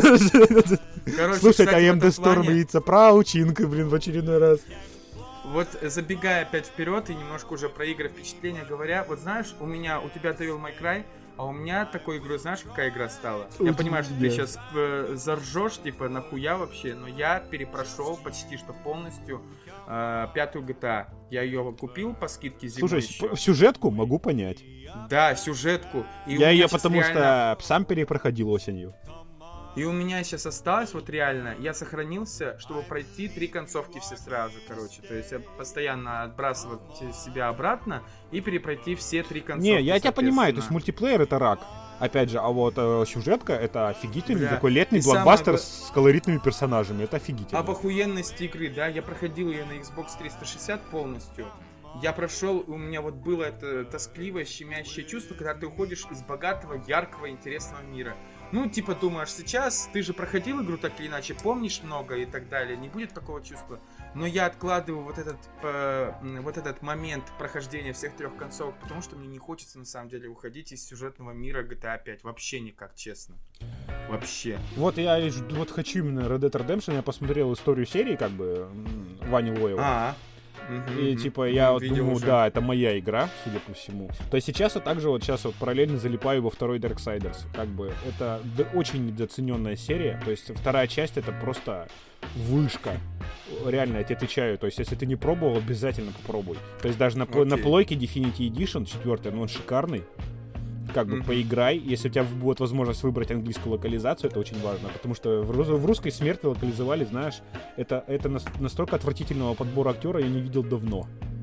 Короче, слушать ай эм ди Storm лица праучинка, блин, в очередной раз. Вот забегая опять вперед и немножко уже про игры впечатления говоря, вот знаешь, у меня, у тебя Devil May Cry, а у меня такой игрой, знаешь, какая игра стала? Я понимаю, что ты сейчас э, заржешь, типа, нахуя вообще, но я перепрошел почти что полностью э, пятую джи ти эй. Я ее купил по скидке зимой. Слушай, еще. Сюжетку могу понять. Да, сюжетку. И я ее потому реально... что сам перепроходил осенью. И у меня сейчас осталось, вот реально, я сохранился, чтобы пройти три концовки все сразу, короче. То есть я постоянно отбрасываю себя обратно и перепройти все три концовки. Не, я тебя понимаю, то есть мультиплеер это рак. Опять же, а вот э, сюжетка это офигительный Бля. такой летний и блокбастер самое... с колоритными персонажами. Это офигительно. Об охуенности игры, да, я проходил ее на Xbox триста шестьдесят полностью. Я прошел, у меня вот было это тоскливое, щемящее чувство, когда ты уходишь из богатого, яркого, интересного мира. Ну, типа, думаешь, сейчас ты же проходил игру так или иначе, помнишь много и так далее, не будет такого чувства. Но я откладываю вот этот, э, вот этот момент прохождения всех трех концовок, потому что мне не хочется, на самом деле, уходить из сюжетного мира джи ти эй пять. Вообще никак, честно. Вообще. Вот я вот хочу именно Red Dead Redemption, я посмотрел историю серии, как бы, Вани Лоева. А-а. Uh-huh, и uh-huh. типа я вот думаю, уже. да, это моя игра, судя по всему. То есть сейчас я также вот сейчас вот параллельно залипаю во второй Darksiders. Как бы это д- очень недооцененная серия. То есть вторая часть это просто вышка. Реально, я тебе отвечаю. То есть если ты не пробовал, обязательно попробуй. То есть даже на, okay. на плойке Definitive Edition четвертый, ну он шикарный. Как бы mm-hmm. поиграй, если у тебя будет возможность выбрать английскую локализацию, это очень важно, потому что в, в русской смерти локализовали, знаешь, это, это настолько отвратительного подбора актера я не видел давно.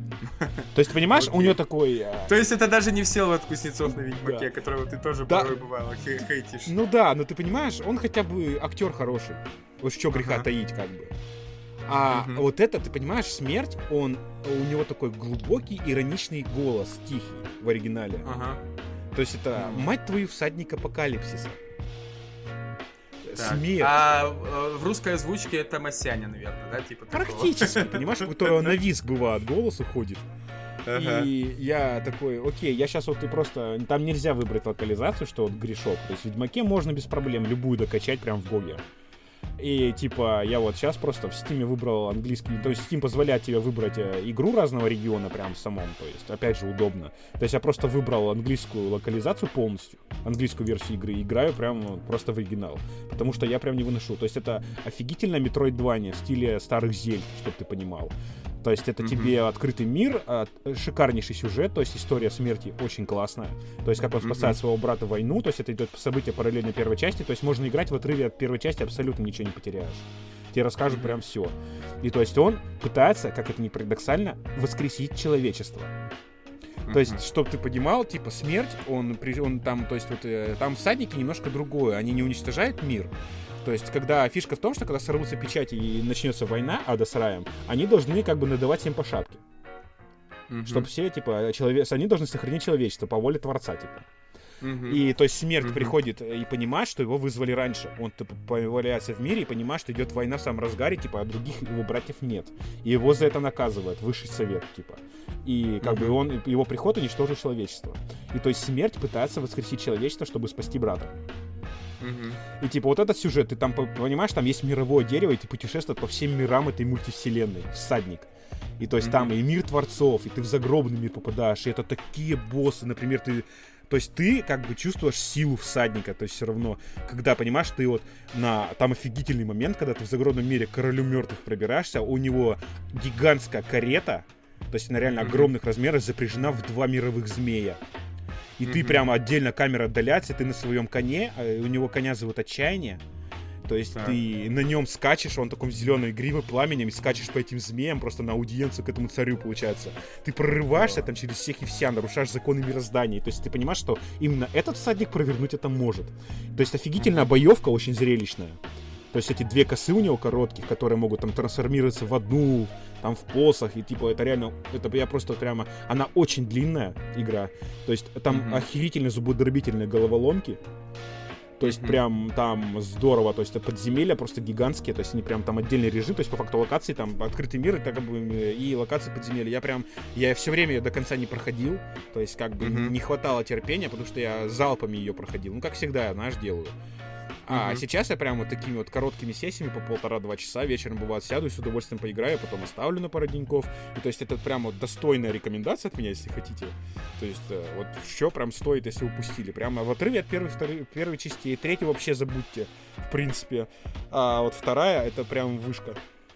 То есть, понимаешь, okay. у него такой... То есть это даже не Всеволод Кузнецов на Ведьмаке, да. которого ты тоже да. порой бывало хейтишь. Ну да, но ты понимаешь, он хотя бы актер хороший. Вот что греха uh-huh. таить, как бы. А uh-huh. вот это, ты понимаешь, смерть, он, у него такой глубокий, ироничный голос, тихий в оригинале. Ага. То есть это, mm-hmm. мать твою, всадник апокалипсиса. Так. Смерть. А в русской озвучке это Масяня, наверное, да? Типа практически, понимаешь, у которого на визг бывает, голос уходит. Uh-huh. И я такой, окей, я сейчас вот ты просто... Там нельзя выбрать локализацию, что вот грешок. То есть в Ведьмаке можно без проблем любую докачать прям в Гоге. И типа я вот сейчас просто в Steam выбрал английский, то есть Steam позволяет тебе выбрать игру разного региона прям в самом, то есть опять же удобно. То есть я просто выбрал английскую локализацию полностью, английскую версию игры, и играю прям просто в оригинал, потому что я прям не выношу. То есть это офигительная метроидвания в стиле старых Зельд, чтобы ты понимал. То есть это mm-hmm. тебе открытый мир, шикарнейший сюжет, то есть история смерти очень классная. То есть как он спасает mm-hmm. своего брата в войну, то есть это идет событие параллельно первой части, то есть можно играть в отрыве от первой части, абсолютно ничего не потеряешь. Тебе расскажут mm-hmm. прям все. И то есть он пытается, как это ни парадоксально, воскресить человечество. Mm-hmm. То есть, чтобы ты понимал, типа смерть, он, он там, то есть вот там всадники немножко другое, они не уничтожают мир. То есть, когда фишка в том, что когда сорвутся печати и начнется война Ада с Раем, они должны как бы надавать всем по шапке. Mm-hmm. Чтобы все, типа, человек... они должны сохранить человечество по воле Творца, типа. Mm-hmm. И, то есть, смерть mm-hmm. приходит и понимает, что его вызвали раньше. Он типа, появляется в мире и понимает, что идет война в самом разгаре, типа, а других его братьев нет. И его за это наказывает высший совет, типа. И, как mm-hmm. бы, он, его приход уничтожил человечество. И, то есть, смерть пытается воскресить человечество, чтобы спасти брата. Uh-huh. И типа вот этот сюжет, ты там понимаешь, там есть мировое дерево, и ты путешествуешь по всем мирам этой мультивселенной, всадник. И то есть mm-hmm. там и мир творцов, и ты в загробный мир попадаешь, и это такие боссы, например, ты... То есть ты как бы чувствуешь силу всадника, то есть все равно, когда, понимаешь, ты вот на... Там офигительный момент, когда ты в загробном мире к королю мертвых пробираешься, у него гигантская карета, то есть она реально mm-hmm. огромных размеров, запряжена в два мировых змея. И mm-hmm. ты прямо отдельно, камера отдаляется, ты на своем коне, а у него коня зовут Отчаяние. То есть так. ты на нем скачешь, он таком зеленой гривой, пламенем, и скачешь по этим змеям просто на аудиенцию к этому царю, получается. Ты прорываешься там через всех и вся, нарушаешь законы мироздания. То есть ты понимаешь, что именно этот всадник провернуть это может. То есть офигительная mm-hmm. боевка, очень зрелищная. То есть эти две косы у него коротких, которые могут там трансформироваться в одну, там в посох, и типа это реально, это я просто прямо, она очень длинная игра. То есть там mm-hmm. охерительно зубодробительные головоломки. То есть mm-hmm. прям там здорово, то есть подземелья просто гигантские, то есть они прям там отдельный режим, то есть по факту локации там открытый мир и, так, как бы, и локации подземелья. Я прям, я все время ее до конца не проходил, то есть как бы mm-hmm. не хватало терпения, потому что я залпами ее проходил, ну как всегда, знаешь, делаю. А mm-hmm. сейчас я прям вот такими вот короткими сессиями по полтора-два часа вечером, бывает, сяду и с удовольствием поиграю, потом оставлю на пару деньков. И, то есть это прям вот достойная рекомендация от меня, если хотите. То есть вот что прям стоит, если упустили. Прямо в отрыве от первой, второй, первой части. И третью вообще забудьте, в принципе. А вот вторая, это прям вышка.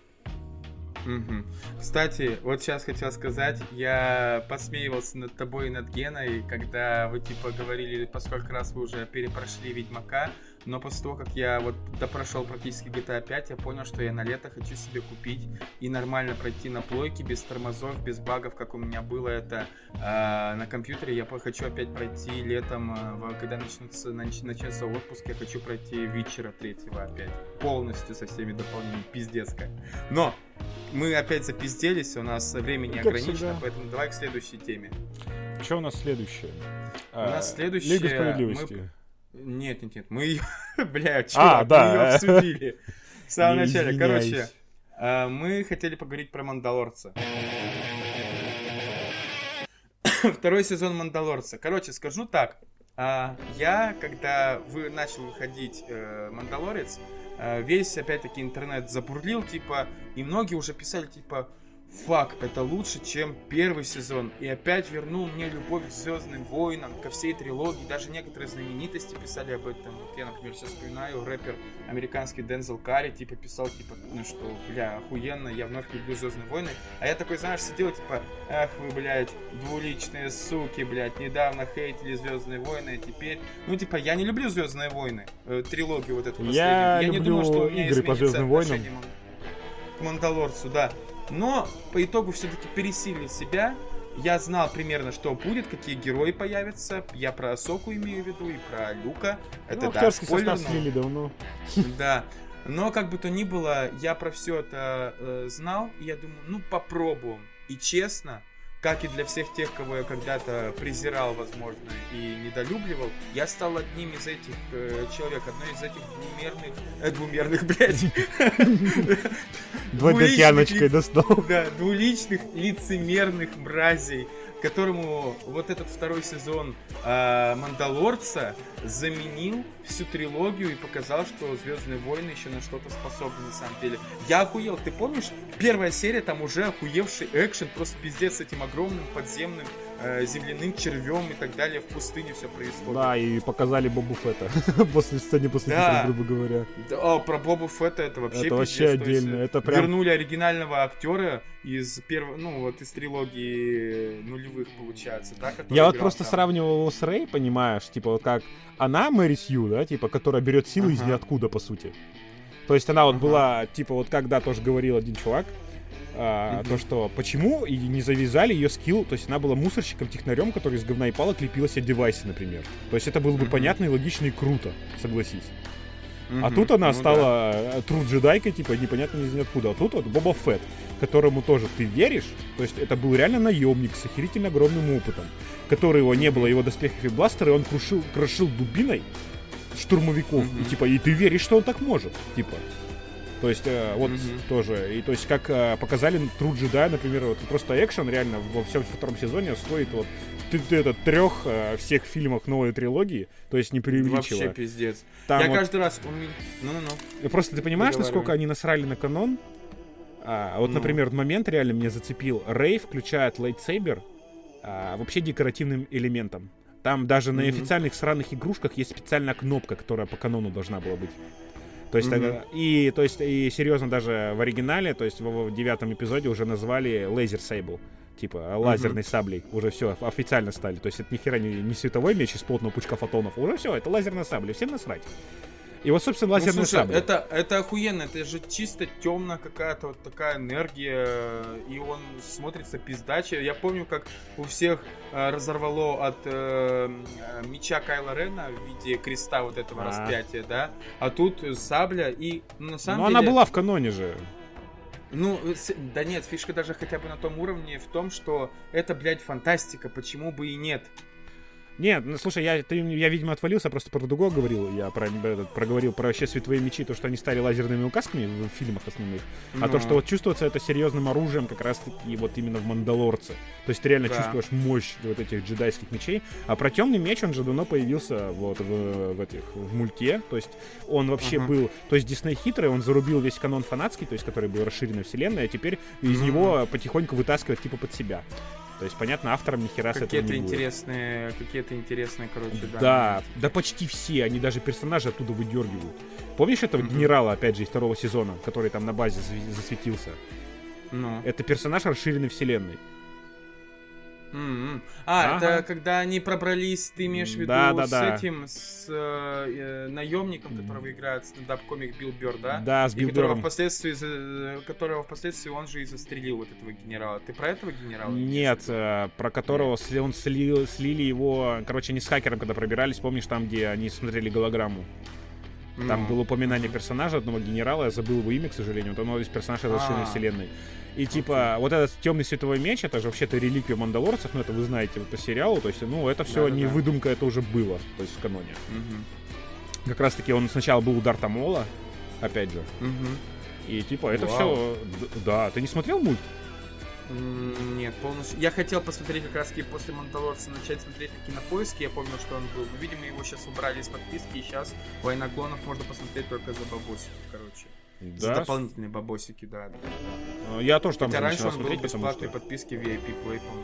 Угу. Кстати, вот сейчас хотел сказать, я посмеивался над тобой и над Геной, когда вы типа говорили, поскольку раз вы уже перепрошли Ведьмака, но после того, как я вот допрошел практически джи ти эй пять, я понял, что я на лето хочу себе купить и нормально пройти на плойке, без тормозов, без багов, как у меня было это э, на компьютере. Я хочу опять пройти летом, э, когда начнутся, нач, начнется отпуск, я хочу пройти Витчера третьего опять, полностью со всеми дополнениями, пиздецкая. Но мы опять запизделись, у нас времени как ограничено, всегда. Поэтому давай к следующей теме. Что у нас следующее? У а, нас следующее... Лига справедливости. Мы... Нет, нет, нет, мы ее, бля, чувак, а, да. мы ее обсудили в самом начале. Короче, мы хотели поговорить про Мандалорца. Второй сезон Мандалорца. Короче, скажу так. Я, когда вы начал выходить Мандалорец, весь, опять-таки, интернет забурлил, типа, и многие уже писали, типа, фак, это лучше, чем первый сезон. И опять вернул мне любовь к Звездным войнам, ко всей трилогии. Даже некоторые знаменитости писали об этом. Вот я, например, сейчас вспоминаю, рэпер американский Дензел Карри, типа, писал, типа, ну что, бля, охуенно, я вновь люблю Звездные войны. А я такой, знаешь, сидел, типа, ах вы, блядь, двуличные суки, блядь, недавно хейтили Звездные войны, а теперь... Ну, типа, я не люблю Звездные войны, э, трилогию вот эту последнюю. Я, я люблю не думал, что у меня игры по Звездным войнам. К Мандалорцу, да. Но по итогу все-таки пересилил себя. Я знал примерно, что будет, какие герои появятся. Я про Асоку имею в виду и про Люка. Это, ну, да, спойлер. Слили давно. Да. Но как бы то ни было, я про все это э, знал. И я думаю, ну попробуем. И честно, как и для всех тех, кого я когда-то презирал, возможно, и недолюбливал, я стал одним из этих э, человек, одной из этих двумерных... Э, двумерных, блядь. Двойнотяночкой достал. Да, двуличных лицемерных мразей, которому вот этот второй сезон э, Мандалорца заменил всю трилогию и показал, что Звездные войны еще на что-то способны на самом деле. Я охуел, ты помнишь? Первая серия, там уже охуевший экшен, просто пиздец с этим огромным подземным э, земляным червем и так далее, в пустыне все происходит. Да, и показали Бобу Фетта после сцены, после да. титров, грубо говоря. Да, о, про Бобу Фетта это вообще это пиздец. Вообще отдельно. Это прям... Вернули оригинального актера из первого, ну вот из трилогии нулевых, получается, да? Я вот просто там. Сравнивал его с Рэй, понимаешь, типа вот как она Мэри Сью, да, типа, которая берет силы ага. из ниоткуда, по сути. То есть она вот ага. была, типа, вот когда тоже говорил один чувак, а, то, что почему и не завязали ее скилл, то есть она была мусорщиком, технарем, который из говна и палок лепила себе девайсы, например. То есть это было бы mm-hmm. понятно и логично и круто, согласись. Mm-hmm. А тут она ну, стала да. тру джедайкой, типа, непонятно из ниоткуда. А тут вот Боба Фетт, которому тоже ты веришь, то есть это был реально наемник с охерительно огромным опытом, который его не было, его доспехов и бластера, и он крушил, крошил дубиной штурмовиков, mm-hmm. и типа, и ты веришь, что он так может, типа. То есть, э, вот mm-hmm. тоже, и то есть, как э, показали True Jedi, например, вот просто экшен реально во всем втором сезоне стоит вот ты, ты, это трех э, всех фильмах новой трилогии, то есть не преувеличивая. Вообще пиздец. Там Я вот... каждый раз... Ну-ну-ну. Просто ты понимаешь, насколько они насрали на канон? А, вот, ну. например, момент реально меня зацепил. Рэй включает лайтсейбер а, вообще декоративным элементом. Там даже mm-hmm. на официальных сраных игрушках есть специальная кнопка, которая по канону должна была быть. То есть, mm-hmm. и, то есть, и серьезно, даже в оригинале, то есть в, в девятом эпизоде уже назвали Laser Sable. Типа лазерной mm-hmm. саблей. Уже все официально стали. То есть это ни хера не, не световой меч из плотного пучка фотонов. Уже все, это лазерная сабля. Всем насрать. И вот, собственно, лазерная ну, слушай, сабля. Это, это охуенно. Это же чисто темная какая-то вот такая энергия. И он смотрится пиздаче. Я помню, как у всех э, разорвало от э, меча Кайла Рена в виде креста вот этого А-а-а. распятия, да? А тут сабля и ну, на самом Но деле... она была в каноне же. Ну, да нет, фишка даже хотя бы на том уровне в том, что это, блядь, фантастика, почему бы и нет? Нет, ну слушай, я, ты, я видимо, отвалился, просто про другое говорил. Я про, проговорил про вообще световые мечи, то, что они стали лазерными указками в фильмах основных. Ну. А то, что вот чувствуется это серьезным оружием как раз-таки вот именно в «Мандалорце». То есть ты реально да. чувствуешь мощь вот этих джедайских мечей. А про темный меч, он же давно появился вот в, в этих, в мульте. То есть он вообще uh-huh. был... То есть Дисней хитрый, он зарубил весь канон фанатский, то есть который был расширенной вселенной, а теперь из uh-huh. него потихоньку вытаскивает типа под себя. То есть, понятно, авторам ни хера с этого не интересные, будет. Какие-то интересные, короче, да. Да, да почти все, они даже персонажи оттуда выдергивают. Помнишь этого mm-hmm. генерала, опять же, из второго сезона, который там на базе засветился? Ну. Это персонаж расширенной вселенной. Mm-hmm. А, ага. это когда они пробрались, ты имеешь в виду да, да, с да. этим, с э, наемником, которого играет стендап-комик Билл Бёрр, да? Да, с Билл которого Бёрром. Впоследствии, которого впоследствии он же и застрелил вот этого генерала. Ты про этого генерала? Нет, э, про которого сли, он слил, слили его, короче, они с хакером, когда пробирались, помнишь, там, где они смотрели голограмму? Там mm-hmm. было упоминание персонажа, одного генерала, я забыл его имя, к сожалению, вот он из персонажа расширенной вселенной. И типа, okay. вот этот темный световой меч, это же вообще-то реликвия мандалорцев, ну это вы знаете вот по сериалу, то есть, ну это все да, не да. выдумка, это уже было, то есть в каноне. Mm-hmm. Как раз таки он сначала был у Дарта Мола, опять же. Mm-hmm. И типа, это wow. все, да, ты не смотрел мульт? Mm, нет, полностью. Я хотел посмотреть как раз таки после Мандалорца, начать смотреть на Кинопоиске, я помню, что он был. Но, видимо, его сейчас убрали из подписки, и сейчас Война клонов можно посмотреть только за бабосики, короче. Да? За дополнительные бабосики, да, да, да. Я тоже там Хотя раньше он был бесплатной что... подписки ви ай пи Play, по-моему.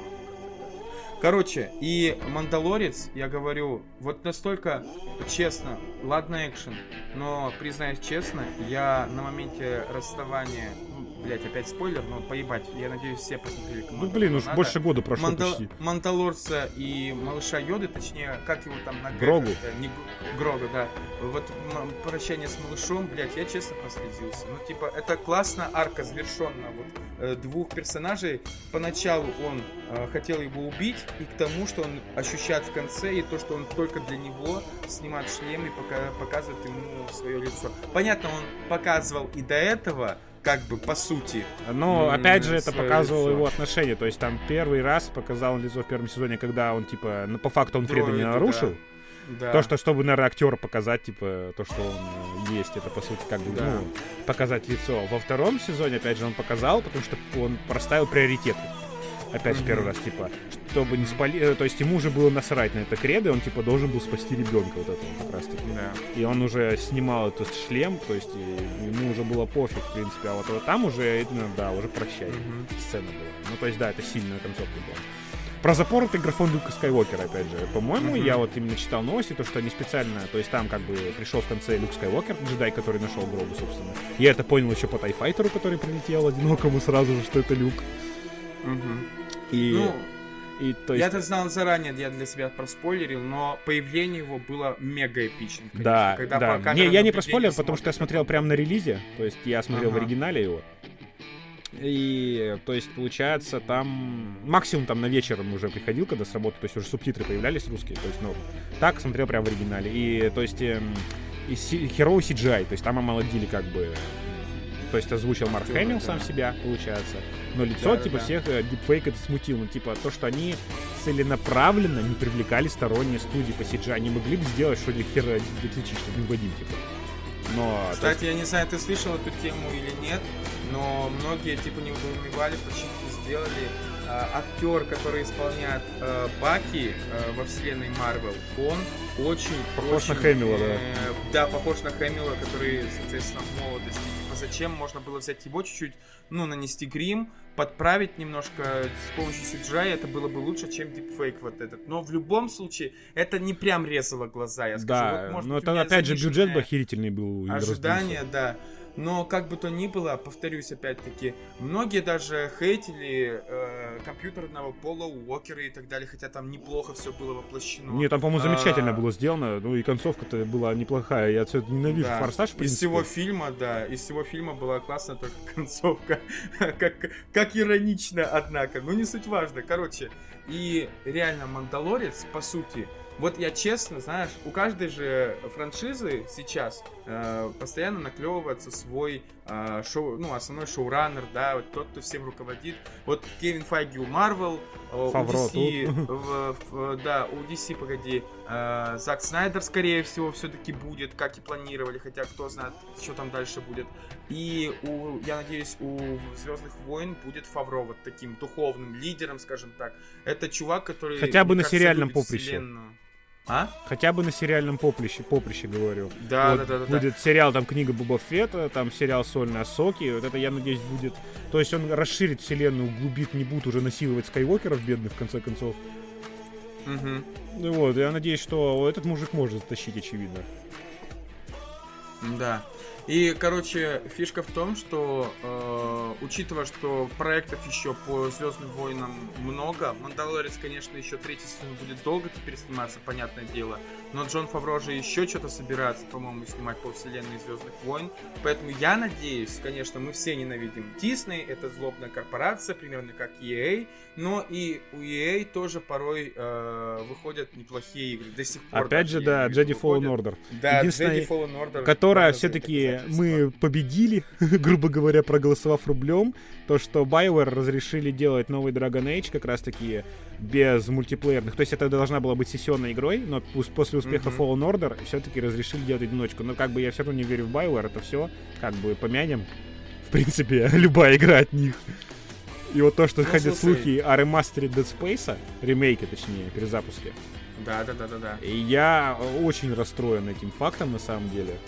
Короче, и Мандалорец, я говорю, вот настолько честно, ладно экшен, но, признаюсь честно, я на моменте расставания, ну, блять, опять спойлер, но поебать, я надеюсь, все посмотрели. Ну, блин, уж надо. Больше года прошло Мандал... почти. Мандалорца и малыша Йоды, точнее, как его там на Грогу. Это, не... Грогу, да. Вот прощание с малышом, блять, я честно проследился. Ну, типа, это классно, арка завершенная, вот, э, двух персонажей. Поначалу он э, хотел его убить, и к тому, что он ощущает в конце, и то, что он только для него снимает шлем и пока, показывает ему свое лицо. Понятно, он показывал и до этого, как бы, по сути. Но, опять же, это показывало лицо. Его отношение. То есть, там, первый раз показал лицо в первом сезоне, когда он, типа, ну, по факту он преда не нарушил. Да. Да. То, что, чтобы, наверное, актера показать, типа, то, что он есть, это, по сути, как бы, да. ну, показать лицо. Во втором сезоне, опять же, он показал, потому что он проставил приоритеты. Опять же, mm-hmm. первый раз, типа, чтобы не спали... То есть ему уже было насрать на это кредо, и он, типа, должен был спасти ребенка вот этого как раз-таки. Да. И он уже снимал этот шлем, то есть ему уже было пофиг, в принципе. А вот, вот там уже, ну, да, уже прощай. Mm-hmm. Сцена была. Ну, то есть, да, это сильная концовка была. Про запоротый графон Люка Скайуокера, опять же. По-моему, mm-hmm. я вот именно читал новости, то, что они специально... То есть там как бы пришел в конце Люк Скайуокер, джедай, который нашел Грогу, собственно. Я это понял еще по Тайфайтеру, который прилетел одинокому сразу же, что это Люк. Mm-hmm. И... Ну, и, то есть... я-то знал заранее, я для себя проспойлерил, но появление его было мега эпичным. Конечно, да, когда да. Не, я не проспойлерил, потому что я смотрел прямо на релизе. То есть я смотрел ага. в оригинале его. И, то есть, получается, там максимум там на вечер он уже приходил, когда с работы, то есть уже субтитры появлялись русские, то есть, ну, так смотрел прямо в оригинале. И, то есть, э, и Hero си джи ай, то есть там омолодили как бы, то есть озвучил Марк Хэмилл сам себя, получается. Но лицо, да, типа, да. всех э, дипфейк это смутило. Ну, типа, то, что они целенаправленно не привлекали сторонние студии по си джи ай, они могли бы сделать что-то хера отличить, чтобы не Вадим, типа. Но, кстати, есть... я не знаю, ты слышал эту тему или нет, но многие, типа, не удоумевали, почему сделали актер, который исполняет э, Баки э, во вселенной Марвел, он очень... Похож очень, на Хэмилла, э, да. Да, похож на Хэмилла, который, соответственно, в молодости. Типа, зачем? Можно было взять его чуть-чуть, ну, нанести грим, подправить немножко с помощью си джи ай, это было бы лучше, чем дипфейк вот этот. Но в любом случае, это не прям резало глаза, я скажу. Да, вот, может но быть, это опять же бюджет бы охерительный был. Ожидания, да. Но как бы то ни было, повторюсь опять-таки, многие даже хейтили э, компьютерного Пола Уокера и так далее, хотя там неплохо все было воплощено. Нет, там, по-моему, замечательно а... было сделано, ну и концовка-то была неплохая, я отсюда ненавижу да. Форсаж, в принципе. Из всего фильма, да, из всего фильма была классная только концовка, как, как иронично, однако, ну не суть важно, короче, и реально Мандалорец, по сути, вот я честно, знаешь, у каждой же франшизы сейчас э, постоянно наклевывается свой э, шоу, ну, основной шоураннер, да, вот тот, кто всем руководит. Вот Кевин Файги у Marvel, э, у ди си, в, в, да, у ди си, погоди, э, Зак Снайдер, скорее всего, все-таки будет, как и планировали, хотя кто знает, что там дальше будет. И, у, я надеюсь, у Звездных войн будет Фавро вот таким духовным лидером, скажем так. Это чувак, который... Хотя бы на кажется, сериальном поприще. Вселенную. А? Хотя бы на сериальном поприще, поприще говорю. Да, вот да, да, да. Будет да. сериал, там, Книга Боба Фетта, там сериал Сольные Асоки. Вот это, я надеюсь, будет... То есть он расширит вселенную, углубит, не будут уже насиловать скайуокеров бедных, в конце концов. Угу. Ну вот, я надеюсь, что этот мужик может затащить, очевидно. Да. И, короче, фишка в том, что, э, учитывая, что проектов еще по Звездным войнам много, Мандалорец, конечно, еще третий сезон будет долго теперь сниматься, понятное дело, но Джон Фавро же еще что-то собирается, по-моему, снимать по вселенной Звездных войн, поэтому я надеюсь, конечно, мы все ненавидим Дисней, это злобная корпорация, примерно как и эй, но и у и эй тоже порой э, выходят неплохие игры, до сих пор. Опять же, да, Jedi Fallen Order. Да, Jedi Fallen Order. Которая все-таки мы победили, грубо говоря, проголосовав рублем, то, что BioWare разрешили делать новый Dragon Age как раз-таки без мультиплеерных. То есть это должна была быть сессионной игрой, но после успеха mm-hmm. Fallen Order все-таки разрешили делать одиночку. Но как бы я все равно не верю в BioWare, это все как бы помянем. В принципе, любая игра от них. И вот то, что ну, ходят слушай. слухи о ремастере Dead Space, ремейке, точнее, перезапуске. Да, да, да, да, да. И я очень расстроен этим фактом, на самом деле.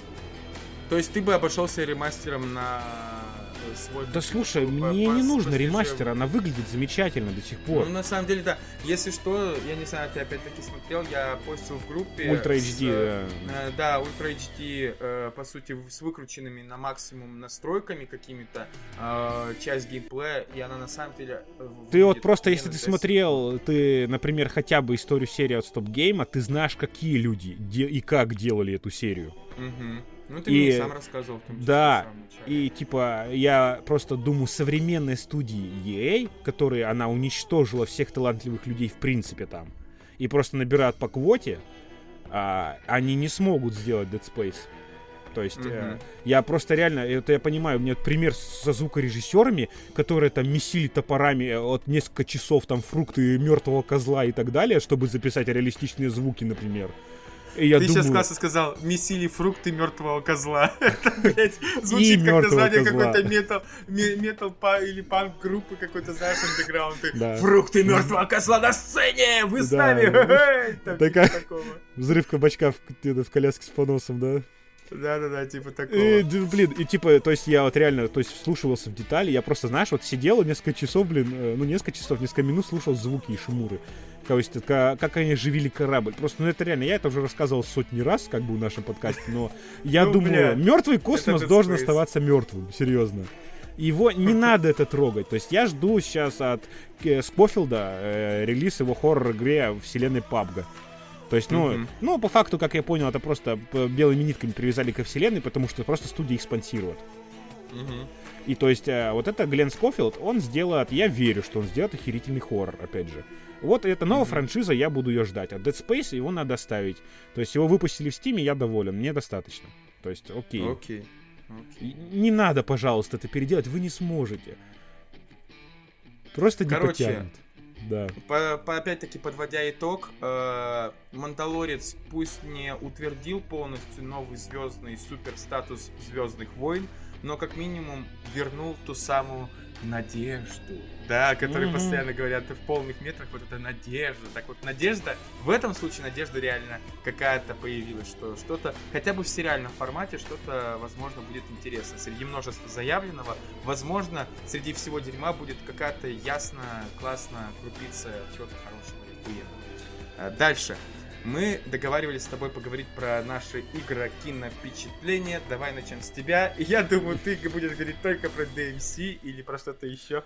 То есть ты бы обошелся ремастером на свой... Да слушай, по, мне по, не нужно ремастер, она выглядит замечательно до сих пор. Ну, на самом деле, да. Если что, я не знаю, ты опять-таки смотрел, я постил в группе... Ультра эйч ди, с, да. Э, да, Ультра эйч ди, э, по сути, с выкрученными на максимум настройками какими-то, э, часть геймплея, и она на самом деле... Ты вот просто, если ты смотрел, ты, например, хотя бы историю серии от Stop Game, ты знаешь, какие люди де- и как делали эту серию. Угу. Ну, ты и, мне сам рассказывал. В том числе, да, и типа, я просто думаю, современной студии и эй, которые она уничтожила всех талантливых людей в принципе там, и просто набирают по квоте, а, они не смогут сделать Dead Space. То есть, mm-hmm. э, я просто реально, это я понимаю, у меня пример со звукорежиссерами, которые там месили топорами от несколько часов там фрукты мертвого козла и так далее, чтобы записать реалистичные звуки, например. И я Ты думаю... сейчас классно сказал, месили фрукты мертвого козла. Это, блядь, звучит как название какой-то метал, метал или панк группы какой-то, знаешь, андеграунд. Да. Фрукты мертвого козла на сцене! Вы с нами! Взрыв кабачка в коляске с поносом, да? Да-да-да, типа такого. И, блин, и типа, то есть я вот реально, то есть вслушивался в детали, я просто, знаешь, вот сидел несколько часов, блин, ну несколько часов, несколько минут слушал звуки и шумуры. То есть, как, как они оживили корабль. Просто, ну это реально, я это уже рассказывал сотни раз, как бы в нашем подкасте, но я ну, думаю, бля, мертвый космос должен оставаться мертвым, серьезно. Его не надо это трогать. То есть я жду сейчас от Скофилда э, релиз его хоррор-игре вселенной пабга. То есть, ну, mm-hmm. ну, по факту, как я понял, это просто белыми нитками привязали ко вселенной, потому что просто студия их спонсирует. Mm-hmm. И то есть, вот это Глен Скофилд, он сделает, я верю, что он сделает охерительный хоррор, опять же. Вот это новая mm-hmm. франшиза, я буду ее ждать. А Dead Space его надо оставить. То есть, его выпустили в Steam, я доволен, мне достаточно. То есть, окей. Okay. Okay. Не надо, пожалуйста, это переделать, вы не сможете. Просто не Короче, потянут. Да. По, по, опять-таки, подводя итог, э, Мандалорец пусть не утвердил полностью новый звездный супер статус Звездных войн, но как минимум вернул ту самую надежду, да, о которой mm-hmm. постоянно говорят в полных метрах, вот эта надежда. Так вот, надежда, в этом случае надежда реально какая-то появилась, что что-то, хотя бы в сериальном формате, что-то, возможно, будет интересно. Среди множества заявленного, возможно, среди всего дерьма будет какая-то ясная, классная крупица чего-то хорошего и охуенного. Дальше. Мы договаривались с тобой поговорить про наши игры киновпечатления. Давай начнем с тебя. И я думаю, ты будешь говорить только про ди эм си или про что-то еще.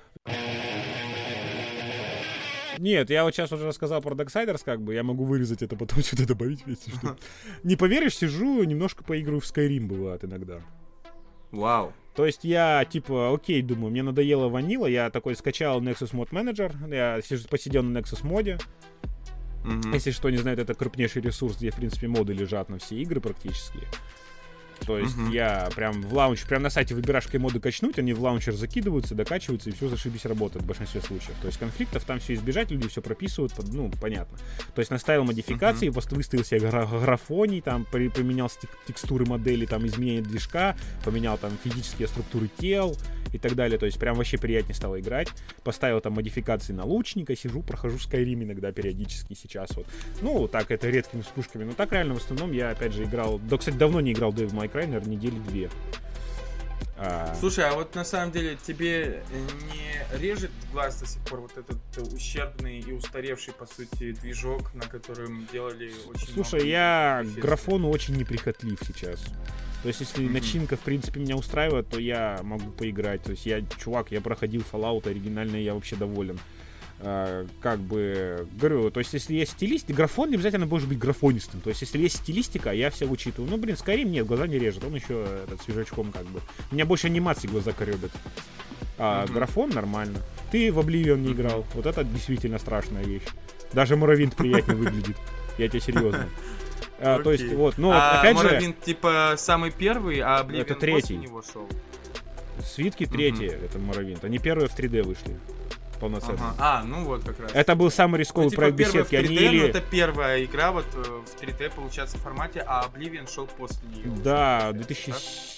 Нет, я вот сейчас уже рассказал про Darksiders, как бы, я могу вырезать это, потом что-то добавить, если что. Не поверишь, сижу, немножко поиграю в Skyrim, бывает иногда. Вау. То есть я, типа, окей, думаю, мне надоело ванила, я такой скачал Nexus Mod Manager, я посидел на Nexus моде. Mm-hmm. Если что, не знает, это крупнейший ресурс, где, в принципе, моды лежат на все игры практически. То есть mm-hmm. я прям в лаунчер, прям на сайте выбираешь, какие моды качнуть, они в лаунчер закидываются, докачиваются, и все зашибись работает в большинстве случаев. То есть конфликтов там все избежать, люди все прописывают, ну, понятно. То есть наставил модификации, mm-hmm. выставил себе гра- графоний, там, при- поменял стек- текстуры модели, там, изменение движка, поменял там физические структуры тел и так далее. То есть прям вообще приятнее стало играть. Поставил там модификации на лучника, сижу, прохожу Skyrim иногда периодически сейчас вот. Ну, так, это редкими вспышками. Но так реально в основном я, опять же, играл... Да, кстати, давно не играл в Devil May Cry, наверное, недели две. А... Слушай, а вот на самом деле тебе не режет глаз до сих пор вот этот ущербный и устаревший, по сути, движок, на котором делали очень Слушай, много... я к графону очень неприхотлив сейчас. То есть, если mm-hmm. начинка, в принципе, меня устраивает, то я могу поиграть. То есть, я, чувак, я проходил Fallout оригинальный, я вообще доволен. А, как бы, говорю, то есть, если есть стилистика, графон не обязательно должен быть графонистым. То есть, если есть стилистика, я все учитываю. Ну, блин, Skyrim нет, глаза не режет, он еще этот, свежачком как бы. У меня больше анимации глаза корёбят. А mm-hmm. графон нормально. Ты в Oblivion не играл. Вот это действительно страшная вещь. Даже Morrowind приятнее выглядит. Я тебе серьезно. А, то есть, вот, ну, а опять Morrowind, же... типа, самый первый, а Oblivion это третий. после него шел. Свитки третьи, mm-hmm. это Morrowind. Они первые в три дэ вышли. Полноценно. Ага. А, ну вот как раз. Это был самый рисковый ну, типа, проект беседки. Они или... ну, это первая игра вот в три дэ, получается, в формате, а Oblivion шел после нее. Да, две тысячи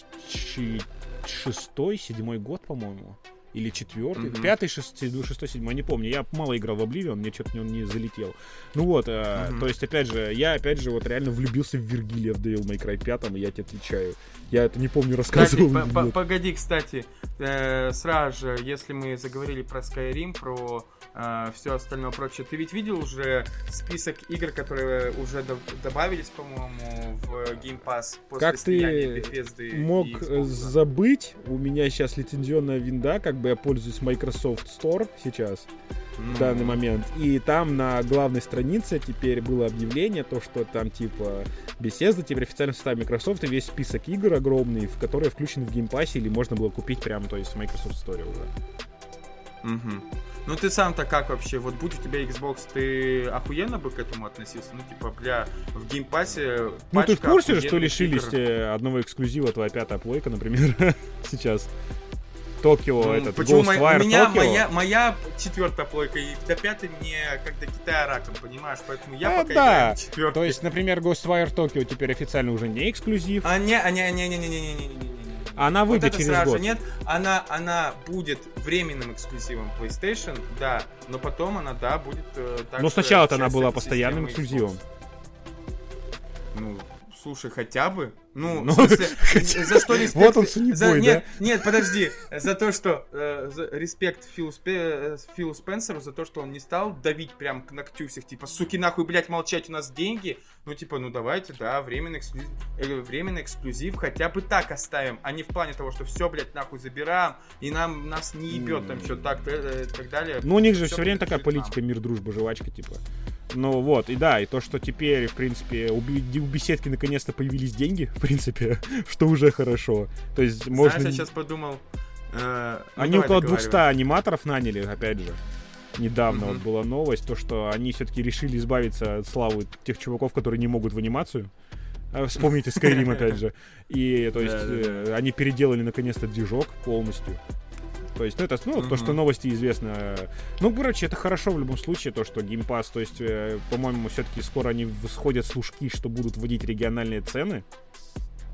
шестой, седьмой год, по-моему. Или четвертый, mm-hmm. пятый, шестой, шестой, седьмой, не помню. Я мало играл в Oblivion, мне что-то он не залетел. Ну вот, mm-hmm. э, то есть, опять же, я, опять же, вот реально влюбился в Виргилия в Devil May Cry пять, и я тебе отвечаю. Я это не помню, рассказывал. Кстати, погоди, кстати, э, сразу же, если мы заговорили про Skyrim, про э, все остальное прочее, ты ведь видел уже список игр, которые уже до- добавились, по-моему, в Game Pass после как слияния ты Bethesda мог и Xbox? Забыть? У меня сейчас лицензионная винда, как бы я пользуюсь Microsoft Store сейчас, ну. в данный момент. И там на главной странице теперь было объявление, то, что там типа Bethesda теперь официально в составе Microsoft, и весь список игр огромный, в которые включены в Game Pass, или можно было купить прямо, то есть в Microsoft Store уже. Угу. Ну ты сам-то как вообще? Вот будь у тебя Xbox, ты охуенно бы к этому относился? Ну типа, бля, в Game Pass ну ты в курсе, что лишились игр... одного эксклюзива, твоя пятая плойка, например, сейчас? Токио, ну, этот, Ghostwire меня, Tokyo. Моя, моя четвертая плойка, и до пятой мне как до Китая раком, понимаешь? Поэтому я а, пока да. играю в четвертый. То есть, например, Ghostwire Tokyo теперь официально уже не эксклюзив. А, не, а, не, не, не, не, не, не, не, не, не. Она выйдет вот через сразу год. Нет, она, она будет временным эксклюзивом PlayStation, да, но потом она, да, будет... Э, но сначала-то она была постоянным эксклюзивом. Ну, слушай, хотя бы. Ну, ну в смысле, за что респект... Вот он сунебой, за, да? Нет, нет, подожди. За то, что... Э, за, респект Филу, Спе, Филу Спенсеру за то, что он не стал давить прям к ногтю всех, типа, суки, нахуй, блядь, молчать, у нас деньги. Ну, типа, ну, давайте, да, временный эксклюзив, э, временный эксклюзив хотя бы так оставим, а не в плане того, что все, блядь, нахуй забираем, и нам, нас не ебет там что так, э, так далее. Ну, у них же все время такая политика мир, дружба, жвачка, типа. Ну вот, и да, и то, что теперь, в принципе, у, у беседки наконец-то появились деньги, в принципе, что уже хорошо. То есть, знаешь, можно... я сейчас подумал... Э, ну, они около двухсот аниматоров наняли, опять же. Недавно mm-hmm. вот была новость, то, что они все-таки решили избавиться от славы тех чуваков, которые не могут в анимацию. Вспомните Skyrim, опять же. И, то есть, э, они переделали наконец-то движок полностью. То есть, ну, это, ну, mm-hmm. то, что новости известно. Ну, короче, это хорошо в любом случае, то, что Game Pass, то есть, э, по-моему, все-таки скоро они сходят слушки, что будут вводить региональные цены.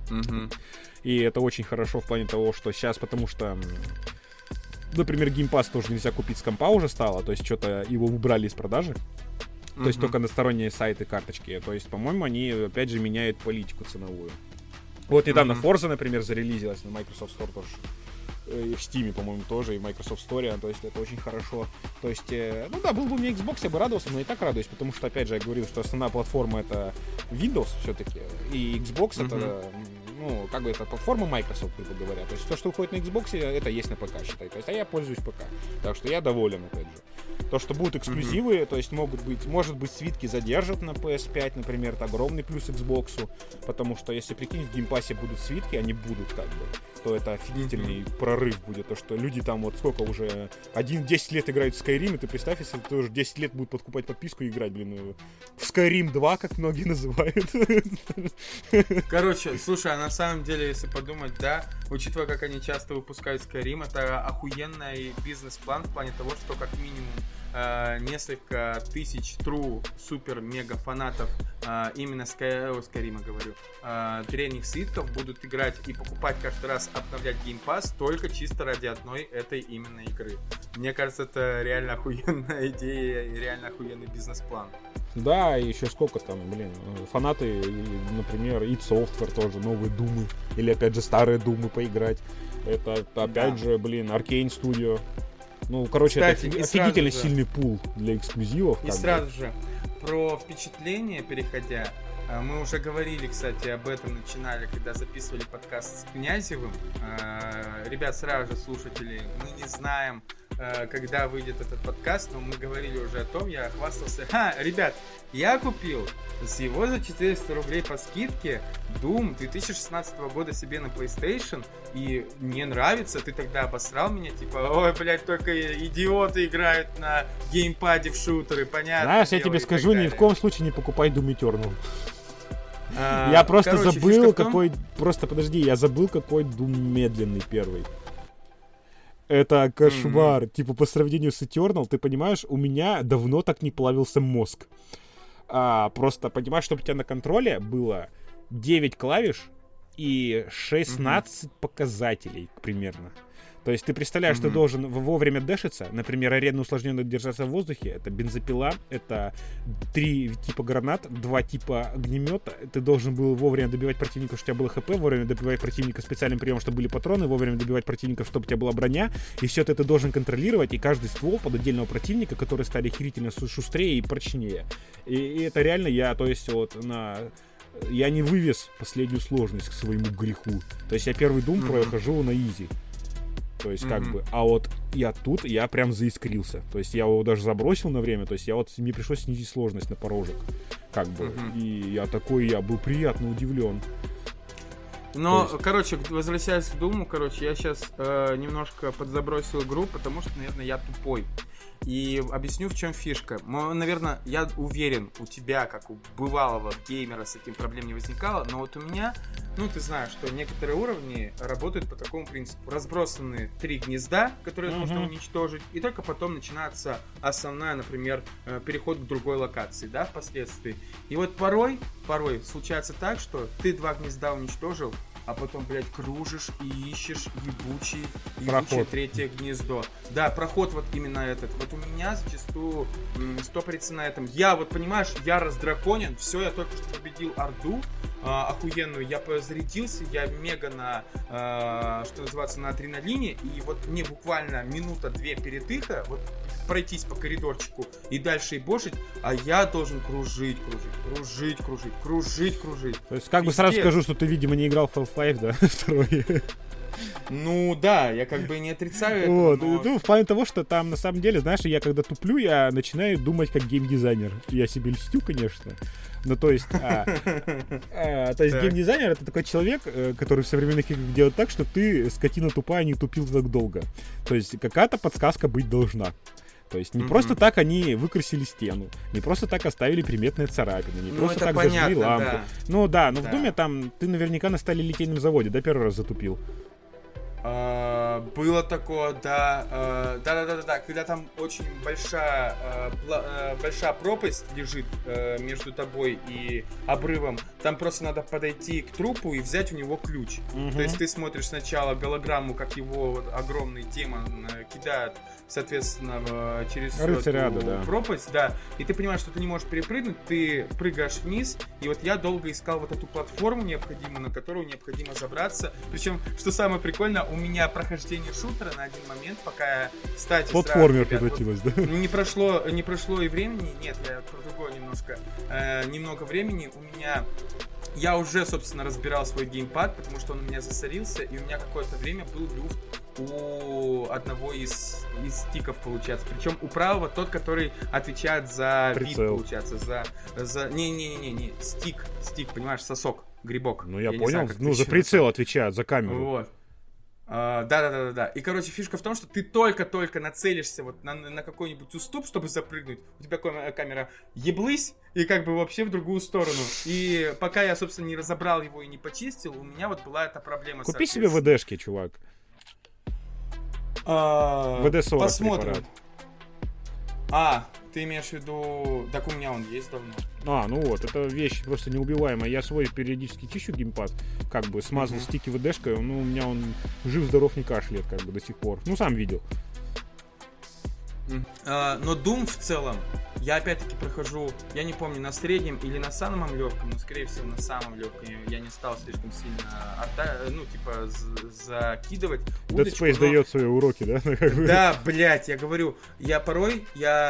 Mm-hmm. И это очень хорошо в плане того, что сейчас, потому что, например, Game Pass тоже нельзя купить с компа уже стало, то есть что-то его убрали из продажи. То есть mm-hmm. только на сторонние сайты, карточки. То есть, по-моему, они, опять же, меняют политику ценовую. Вот недавно mm-hmm. Forza, например, зарелизилась на Microsoft Store тоже. И в Steam, по-моему, тоже, и в Microsoft Store. То есть это очень хорошо. То есть, э, ну да, был бы у меня Xbox, я бы радовался, но и так радуюсь, потому что, опять же, я говорил, что основная платформа — это Windows все-таки, и Xbox mm-hmm. это, ну, как бы это платформа Microsoft, грубо говоря. То есть то, что уходит на Xbox, это есть на ПК, считай. То есть, а я пользуюсь ПК. Так что я доволен, опять же. То, что будут эксклюзивы, mm-hmm. то есть могут быть, может быть, свитки задержат на пи эс пять, например, это огромный плюс Xbox, потому что, если, прикинь, в геймпассе будут свитки, они будут, как бы, то это офигительный mm-hmm. прорыв будет, то, что люди там вот сколько уже, один-десять лет играют в Skyrim, и ты представь, если ты уже десять лет будут подкупать подписку и играть, блин, в Skyrim два, как многие называют. Короче, слушай, а на самом деле, если подумать, да, учитывая, как они часто выпускают Skyrim, это охуенный бизнес-план в плане того, что как минимум Uh, несколько тысяч true супер мега фанатов uh, именно Skyrim, говорю, uh, древних свитков будут играть и покупать каждый раз, обновлять Game Pass только чисто ради одной этой именно игры. Мне кажется, это реально охуенная идея и реально охуенный бизнес-план. Да, и еще сколько там, блин, фанаты, например, id Software тоже, новые Думы, или опять же старые Думы поиграть. Это, это опять да. же, блин, Arcane Studio. Ну, короче, Кстати, это офигительно сильный пул для эксклюзивов. И сразу бы. же, про впечатление переходя, мы уже говорили, кстати, об этом начинали, когда записывали подкаст с Князевым. Ребят, сразу же, слушатели, мы не знаем, когда выйдет этот подкаст, но мы говорили уже о том, я хвастался. Ха, ребят, я купил всего за четыреста рублей по скидке Doom две тысячи шестнадцатого года себе на PlayStation, и мне нравится, ты тогда обосрал меня, типа, ой, блядь, только идиоты играют на геймпаде в шутеры, понятно. Знаешь, я тебе скажу, ни в коем случае не покупай Doom Eternal. А, я просто короче, забыл, какой... Просто, подожди, я забыл, какой Doom медленный первый. Это кошмар. Mm-hmm. Типа, по сравнению с Eternal, ты понимаешь, у меня давно так не плавился мозг. А, просто, понимаешь, чтобы у тебя на контроле было девять клавиш и шестнадцать mm-hmm. показателей, примерно. То есть ты представляешь, mm-hmm. ты должен вовремя дэшиться, например, арена усложненно держаться в воздухе, это бензопила, это три типа гранат, два типа огнемета, ты должен был вовремя добивать противников, чтобы у тебя было хп, вовремя добивать противника специальным приемом, чтобы были патроны, вовремя добивать противников, чтобы у тебя была броня, и все это ты должен контролировать, и каждый ствол под отдельного противника, которые стали охерительно шустрее и прочнее. И, и это реально я, то есть вот на... Я не вывез последнюю сложность к своему греху. То есть я первый Doom mm-hmm. прохожу на изи. То есть, как mm-hmm. бы, а вот я тут, я прям заискрился. То есть, я его даже забросил на время. То есть, я вот, мне пришлось снизить сложность на порожек. Как бы, mm-hmm. и я такой, я был приятно удивлен. Но, есть... короче, возвращаясь к Думу, короче, я сейчас э, немножко подзабросил игру, потому что, наверное, я тупой. И объясню, в чем фишка. Наверное, я уверен, у тебя, как у бывалого геймера, с этим проблем не возникало, но вот у меня, ну, ты знаешь, что некоторые уровни работают по такому принципу. Разбросаны три гнезда, которые mm-hmm. нужно уничтожить, и только потом начинается основная, например, переход к другой локации, да, впоследствии. И вот порой, порой случается так, что ты два гнезда уничтожил, а потом, блядь, кружишь и ищешь ебучий, ебучее третье гнездо. Да, проход вот именно этот. Вот у меня зачастую стопорится на этом. Я вот, понимаешь, я раздраконен, все, я только что победил Орду э, охуенную, я зарядился, я мега на, э, что называется, на адреналине, и вот мне буквально минута-две передыха, вот пройтись по коридорчику и дальше и бошить, а я должен кружить, кружить, кружить, кружить, кружить, кружить. То есть, как Пиздец. бы сразу скажу, что ты, видимо, не играл в Half-Life, да, второй. Ну да, я как бы не отрицаю этого, вот. но... Ну, в плане того, что там, на самом деле, знаешь, я когда туплю, я начинаю думать как геймдизайнер. Я себе льстю, конечно. Ну, то есть, а, а, то есть геймдизайнер — это такой человек, который в современных играх делает так, что ты, скотина тупая, не тупил так долго. То есть, какая-то подсказка быть должна. То есть не mm-hmm. просто так они выкрасили стену, не просто так оставили приметные царапины, не ну, просто так понятно, зажгли лампу. Да. Ну да, но да. в Думе там ты наверняка на сталелитейном заводе, да, первый раз затупил? А, А, было такое, да, а, да-да-да-да, когда там очень большая, а, пла- а, большая пропасть лежит а, между тобой и обрывом, там просто надо подойти к трупу и взять у него ключ. Мгм. То есть ты смотришь сначала голограмму, как его вот огромный демон э, кидает, соответственно, в- через всю Рыцарь эту ада, да. пропасть, да, и ты понимаешь, что ты не можешь перепрыгнуть, ты прыгаешь вниз, и вот я долго искал вот эту платформу необходимую, на которую необходимо забраться. Причем, что самое прикольное, у меня прохождение шутера на один момент, пока я, кстати, Платформер сразу, ребят, вот превратилась, да? не прошло, не прошло и времени, нет, я про другое немножко, э, немного времени, у меня, я уже, собственно, разбирал свой геймпад, потому что он у меня засорился, и у меня какое-то время был люфт у одного из, из стиков, получается. Причем у правого тот, который отвечает за вид, Прицел. получается, за... за... Не-не-не-не, стик, стик, понимаешь, сосок, грибок. Ну, я, не понял. знаю, как Ну, ты за еще прицел отвечают, за камеру. вот. А, Да-да-да-да-да. И, короче, фишка в том, что ты только-только нацелишься вот на, на какой-нибудь уступ, чтобы запрыгнуть. У тебя кам- камера еблысь, и как бы вообще в другую сторону. И пока я, собственно, не разобрал его и не почистил, у меня вот была эта проблема. Купи себе соответственно. ВДшки, чувак. А, вэ дэ сорок Посмотрим. препарат. А, ты имеешь в виду... Так у меня он есть давно. А, ну вот, это вещь просто неубиваемая. Я свой периодически чищу геймпад, как бы смазал Мгм. стики ВДшкой, ну, у меня он жив-здоров не кашляет, как бы, до сих пор. Ну, сам видел. М. А, но Doom в целом, я опять-таки прохожу, я не помню, на среднем или на самом легком, но скорее всего на самом легком. Я не стал слишком сильно отда- ну, типа, з- закидывать Dead удочку, Space но- дает свои уроки, да? Как бы. Да, блядь, я говорю, я порой,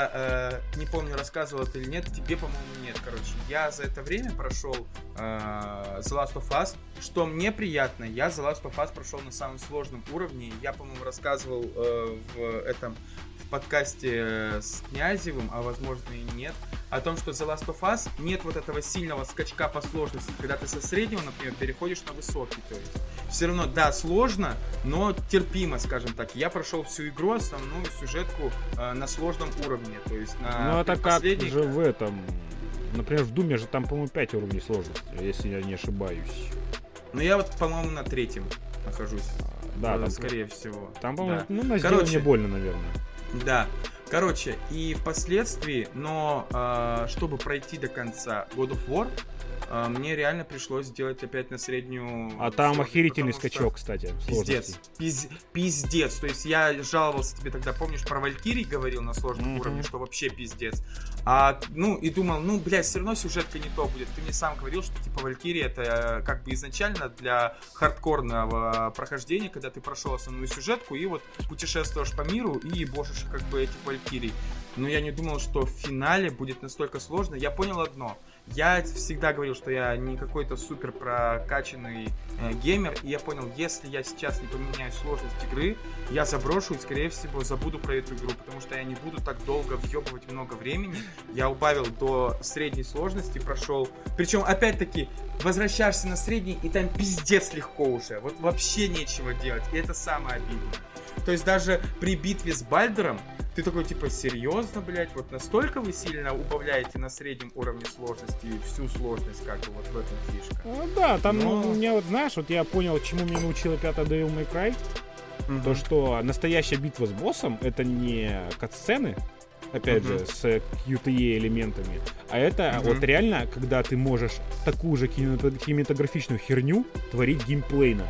я э, не помню, рассказывал это или нет, тебе, по-моему, нет, короче. Я за это время прошел э, The Last of Us, что мне приятно, я The Last of Us прошел на самом сложном уровне. Я, по-моему, рассказывал э, в этом в подкасте э, с Князевым, а возможно и нет, о том, что The Last of Us нет вот этого сильного скачка по сложности, когда ты со среднего, например, переходишь на высокий, то есть все равно, да, сложно, но терпимо, скажем так. Я прошел всю игру, основную сюжетку э, на сложном уровне, то есть на Ну, это как последний- же в этом... Например, в Думе же там, по-моему, пять уровней сложности, если я не ошибаюсь. Ну, я вот, по-моему, на третьем нахожусь. Да, Э, там, скорее всего. там, по-моему, Да. ну, на Короче. сделание больно, наверное. Да. Короче, и впоследствии, но э, чтобы пройти до конца God of War, э, мне реально пришлось сделать опять на среднюю... А там сложность, охерительный потому что- скачок, кстати, Пиздец. сложности. Пиз- Пиздец. То есть я жаловался тебе тогда, помнишь, про Валькирий говорил на сложном Мгм. уровне, что вообще пиздец. А, ну, и думал, ну, блядь, все равно сюжетка не то будет. Ты мне сам говорил, что, типа, Валькирия это э, как бы изначально для хардкорного прохождения, когда ты прошел основную сюжетку и вот путешествуешь по миру и бошишь как бы этих Валькирий. Но я не думал, что в финале будет настолько сложно. Я понял одно. Я всегда говорил, что я не какой-то супер прокачанный э, геймер, и я понял, если я сейчас не поменяю сложность игры, я заброшу и, скорее всего, забуду про эту игру, потому что я не буду так долго въебывать много времени. Я убавил до средней сложности, прошел. Причем, опять-таки, возвращаешься на средний, и там пиздец легко уже. Вот вообще нечего делать, и это самое обидное. То есть даже при битве с Бальдером ты такой, типа, серьезно, блядь, вот настолько вы сильно убавляете на среднем уровне сложности всю сложность, как бы, вот в этом фишка. Ну, да, там, Но- ну, у меня вот, знаешь, вот я понял, чему меня научила пятая Devil May Cry. То, что настоящая битва с боссом — это не катсцены, опять Мгм. же, с кью ти и элементами, а это Мгм. вот реально, когда ты можешь такую же кинемато- кинематографичную херню творить геймплейно.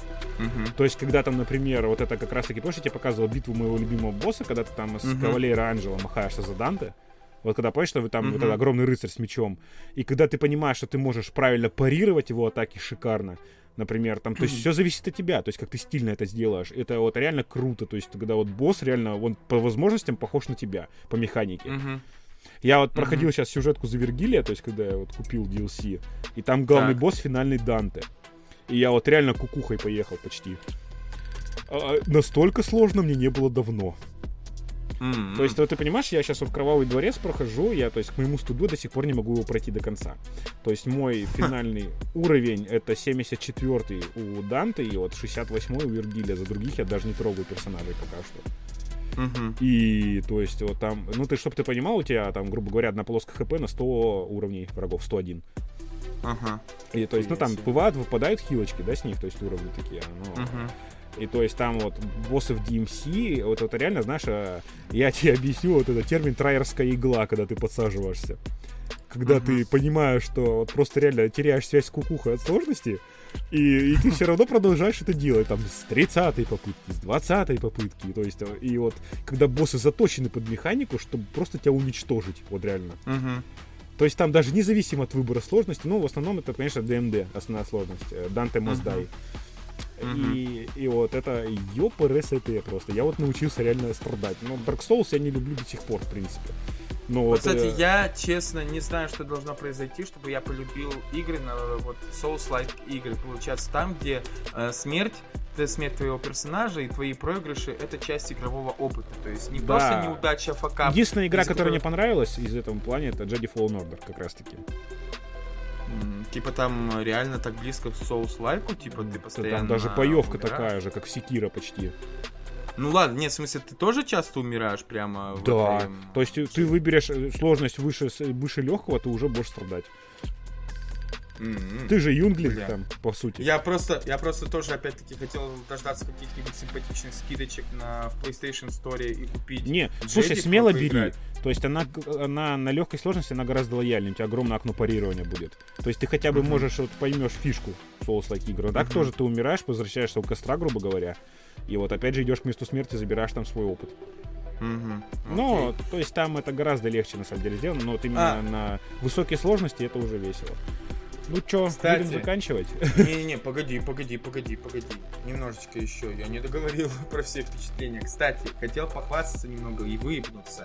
Мгм. То есть, когда там, например, вот это как раз-таки, помнишь, я тебе показывал битву моего любимого босса, когда ты там с Мгм. Кавалера Анджело махаешься за Данте. Вот когда, помнишь, что вы там Мгм. вот этот огромный рыцарь с мечом, и когда ты понимаешь, что ты можешь правильно парировать его атаки шикарно, например, там, то есть все зависит от тебя, то есть как ты стильно это сделаешь, это вот реально круто, то есть когда вот босс реально, он по возможностям похож на тебя, по механике. Мгм. Я вот проходил Мгм. сейчас сюжетку за Вергилия, то есть когда я вот купил ди эл си, и там главный Так. босс финальный Данте. И я вот реально кукухой поехал почти. А, настолько сложно мне не было давно. М-м. То есть, вот ты понимаешь, я сейчас вот Кровавый дворец прохожу, я, то есть, к моему стыду до сих пор не могу его пройти до конца. То есть, мой финальный уровень — это семьдесят четвёртый у Данте и вот шестьдесят восьмой у Вергилия. За других я даже не трогаю персонажей пока что. Мгм. И, то есть, вот там, ну, ты, чтобы ты понимал, у тебя там, грубо говоря, одна полоска хп на сто уровней врагов, сто один. Ага. И, то есть, ну, там Себе. бывают, выпадают хилочки, да, с них, то есть, уровни такие, но... Мгм. И то есть там вот боссы в ди эм си, вот это реально, знаешь, я тебе объясню, вот этот термин траерская игла, когда ты подсаживаешься. Когда uh-huh. ты понимаешь, что вот просто реально теряешь связь с кукухой от сложности, и, и ты все равно продолжаешь это делать, там, с тридцатой попытки, с двадцатой попытки, то есть, и вот, когда боссы заточены под механику, чтобы просто тебя уничтожить, вот реально. Uh-huh. То есть там даже независимо от выбора сложности, ну, в основном это, конечно, ди эм ди, основная сложность, Dante Must Die. Uh-huh. И, и вот это ёпрст просто. Я вот научился реально страдать. Но Dark Souls я не люблю до сих пор, в принципе. Но вот, вот, кстати, э... я, честно, не знаю, что должно произойти, чтобы я полюбил игры, на вот Souls-like игры. Получается, там, где э, смерть, это смерть твоего персонажа и твои проигрыши — это часть игрового опыта. То есть не да. просто неудача, факап. Единственная игра, которая которой... мне понравилась из этого плана, это Jedi Fallen Order, как раз таки. Mm, типа там реально так близко к Souls-like, типа ты постоянно... Там даже боевка умираешь. Такая же, как в Sekiro почти. Ну ладно, нет, в смысле, ты тоже часто умираешь прямо в Да, этой... то есть ты выберешь сложность выше, выше легкого, ты уже будешь страдать. Mm-hmm. Ты же юнглинг Бля. Там, по сути. Я просто, я просто тоже, опять-таки, хотел дождаться каких-нибудь симпатичных скидочек на, в PlayStation Store и купить. Не, Джеди, слушай, смело бери. Играть. То есть она, она на легкой сложности, она гораздо лояльнее. У тебя огромное окно парирования будет. То есть ты хотя бы mm-hmm. можешь, вот поймешь фишку Souls-like игры. Так mm-hmm. тоже ты умираешь, возвращаешься у костра, грубо говоря. И вот опять же идешь к месту смерти, забираешь там свой опыт. Mm-hmm. Ну, okay. то есть там это гораздо легче на самом деле сделано, но вот именно а. на высокие сложности это уже весело. Ну чё, Кстати, будем заканчивать? Не-не, погоди, погоди, погоди, погоди. Немножечко еще, я не договорил про все впечатления. Кстати, хотел похвастаться немного и выебнуться.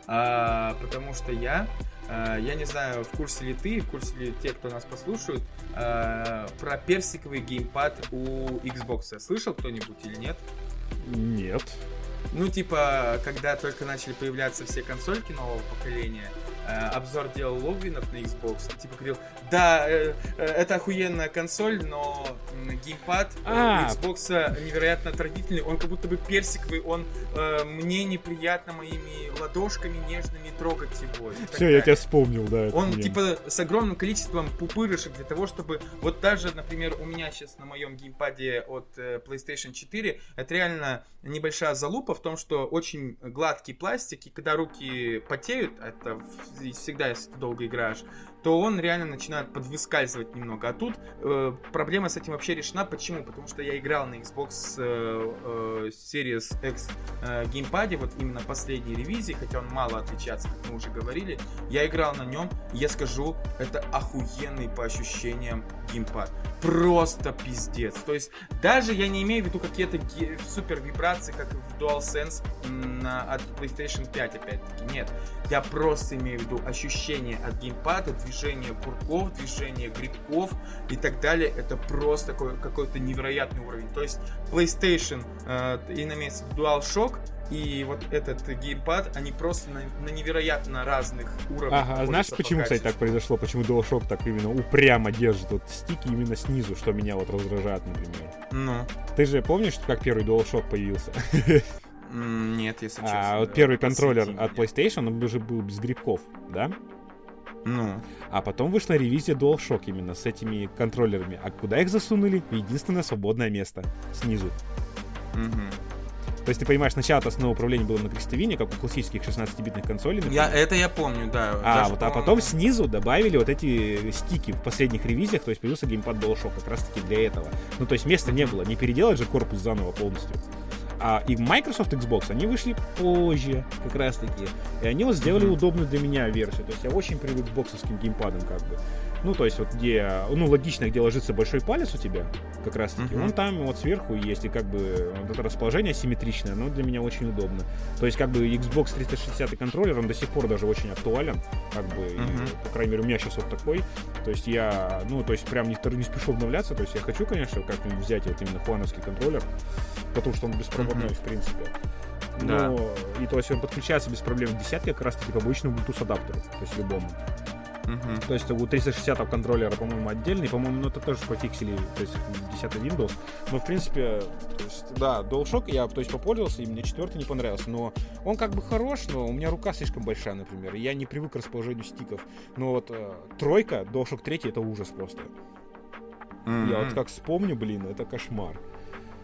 А, потому что я, а, я не знаю, в курсе ли ты, в курсе ли те, кто нас послушают, а, про персиковый геймпад у Xbox. Слышал кто-нибудь или нет? Нет. Ну, типа, когда только начали появляться все консольки нового поколения, обзор делал Логвинов на Xbox, типа говорил, да, э, э, это охуенная консоль, но геймпад а. у Xbox невероятно отвратительный, он как будто бы персиковый, он э, мне неприятно моими ладошками нежными трогать его. Все, я тебя вспомнил, да. Он мем. Типа с огромным количеством пупырышек для того, чтобы вот даже, например, у меня сейчас на моем геймпаде от э, PlayStation четыре, это реально небольшая залупа в том, что очень гладкий пластик, и когда руки потеют, это всегда, если ты долго играешь, то он реально начинает подвыскальзывать немного. А тут э, проблема с этим вообще решена. Почему? Потому что я играл на Xbox э, э, Series X э, геймпаде, вот именно последней ревизии, хотя он мало отличается, как мы уже говорили. Я играл на нем, и я скажу, это охуенный по ощущениям геймпад. Просто пиздец. То есть даже я не имею в виду какие-то ге- супер вибрации, как в DualSense на, от PlayStation пять, опять-таки. Нет. Я просто имею в виду ощущение от геймпада, движение курков, движение грибков и так далее. Это просто такой, какой-то невероятный уровень. То есть PlayStation, э, и имеется в виду DualShock, и вот этот геймпад, они просто на, на невероятно разных уровнях. Ага, а знаешь, почему, кстати, так произошло? Почему DualShock так именно упрямо держит вот стики именно снизу, что меня вот раздражает, например? Ну? Ты же помнишь, как первый DualShock появился? Нет, если честно. А вот первый контроллер от PlayStation, он уже был без грибков, да? Ну. А потом вышла ревизия DualShock именно с этими контроллерами. А куда их засунули? В единственное свободное место. Снизу. Угу. То есть ты понимаешь, сначала основное управление было на крестовине, как у классических шестнадцатибитных консолей. Я, это я помню, да. А, Даже, вот, а потом снизу добавили вот эти стики в последних ревизиях, то есть появился геймпад DualShock как раз таки для этого. Ну, то есть места не было, не переделать же корпус заново полностью. А и Microsoft Xbox, они вышли позже, как раз таки. И они вот сделали mm-hmm. удобную для меня версию. То есть я очень привык к боксовским геймпадам, как бы. Ну, то есть вот где, ну, логично, где ложится большой палец у тебя, как раз таки, mm-hmm. он там вот сверху есть, и как бы вот это расположение симметричное, оно для меня очень удобно. То есть как бы Xbox триста шестьдесят контроллер, он до сих пор даже очень актуален, как бы, mm-hmm. и, по крайней мере, у меня сейчас вот такой. То есть я, ну, то есть прям не, не спешу обновляться, то есть я хочу, конечно, как-нибудь взять вот именно хуановский контроллер, потому что он беспроводной, mm-hmm. в принципе. Но, да. И то есть он подключается без проблем к десятке, как раз таки к обычному Bluetooth адаптеру, то есть любому. Uh-huh. То есть у триста шестидесятого контроллера, по-моему, отдельный, по-моему, ну это тоже пофиксили, то есть десятый Windows. Но в принципе, то есть, да, DualShock я, то есть, попользовался, и мне четвертый не понравился. Но он как бы хорош, но у меня рука слишком большая, например, и я не привык к расположению стиков. Но вот э, тройка, DualShock три, это ужас просто. Uh-huh. Я вот как вспомню, блин, это кошмар.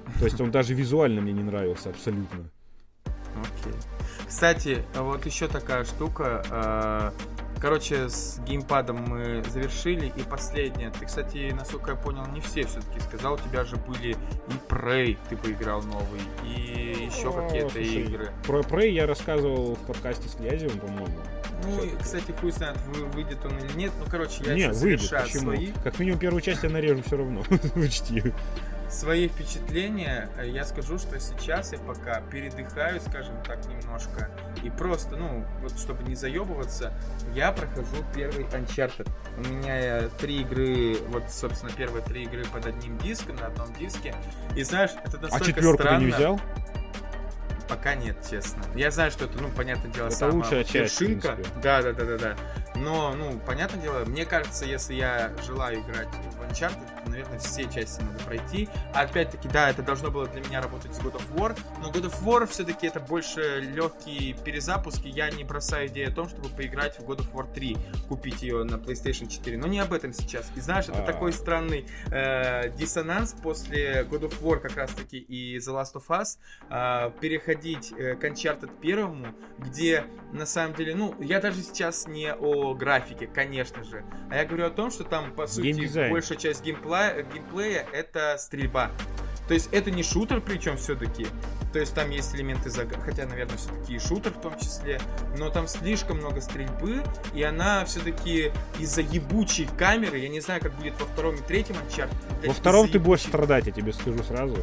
То есть он даже визуально мне не нравился абсолютно. Окей. Кстати, вот еще такая штука. Короче, с геймпадом мы завершили. И последнее. Ты, кстати, насколько я понял, не все все-таки сказал. У тебя же были и Prey ты поиграл новый, и еще О, какие-то слушай, игры. Про Prey я рассказывал в подкасте с Князевым, по-моему. Ну, и, кстати, хуй знает, выйдет он или нет. Ну, короче, я не, выйдет, почему? Свои... Как минимум первую часть я нарежу все равно. Учти. Свои впечатления я скажу, что сейчас я пока передыхаю, скажем так, немножко. И просто, ну, вот чтобы не заебываться, я прохожу первый Uncharted. У меня три игры, вот, собственно, первые три игры под одним диском, на одном диске. И знаешь, это настолько а четверку странно. Ты не взял? Пока нет, честно. Я знаю, что это, ну, понятное дело, это самая лучшая часть, вершинка. Да, да, да, да, да. Но, ну, понятное дело, мне кажется, если я желаю играть в Uncharted, то, наверное, все части надо пройти. А опять-таки, да, это должно было для меня работать с God of War, но God of War все-таки это больше легкий перезапуск, и я не бросаю идею о том, чтобы поиграть в God of War три, купить ее на PlayStation четыре. Но не об этом сейчас. И знаешь, это А-а-а. такой странный э, диссонанс после God of War как раз-таки и The Last of Us э, переходить э, к Uncharted первому, где на самом деле, ну, я даже сейчас не о графике, конечно же, а я говорю о том, что там, по сути, геймдизайн. Большая часть геймплея, геймплея это стрельба. То есть это не шутер, причем все-таки. То есть там есть элементы загадки, хотя, наверное, все-таки и шутер в том числе, но там слишком много стрельбы, и она все-таки из-за ебучей камеры, я не знаю, как будет во втором и третьем Uncharted. Во втором ты будешь страдать, я тебе скажу сразу.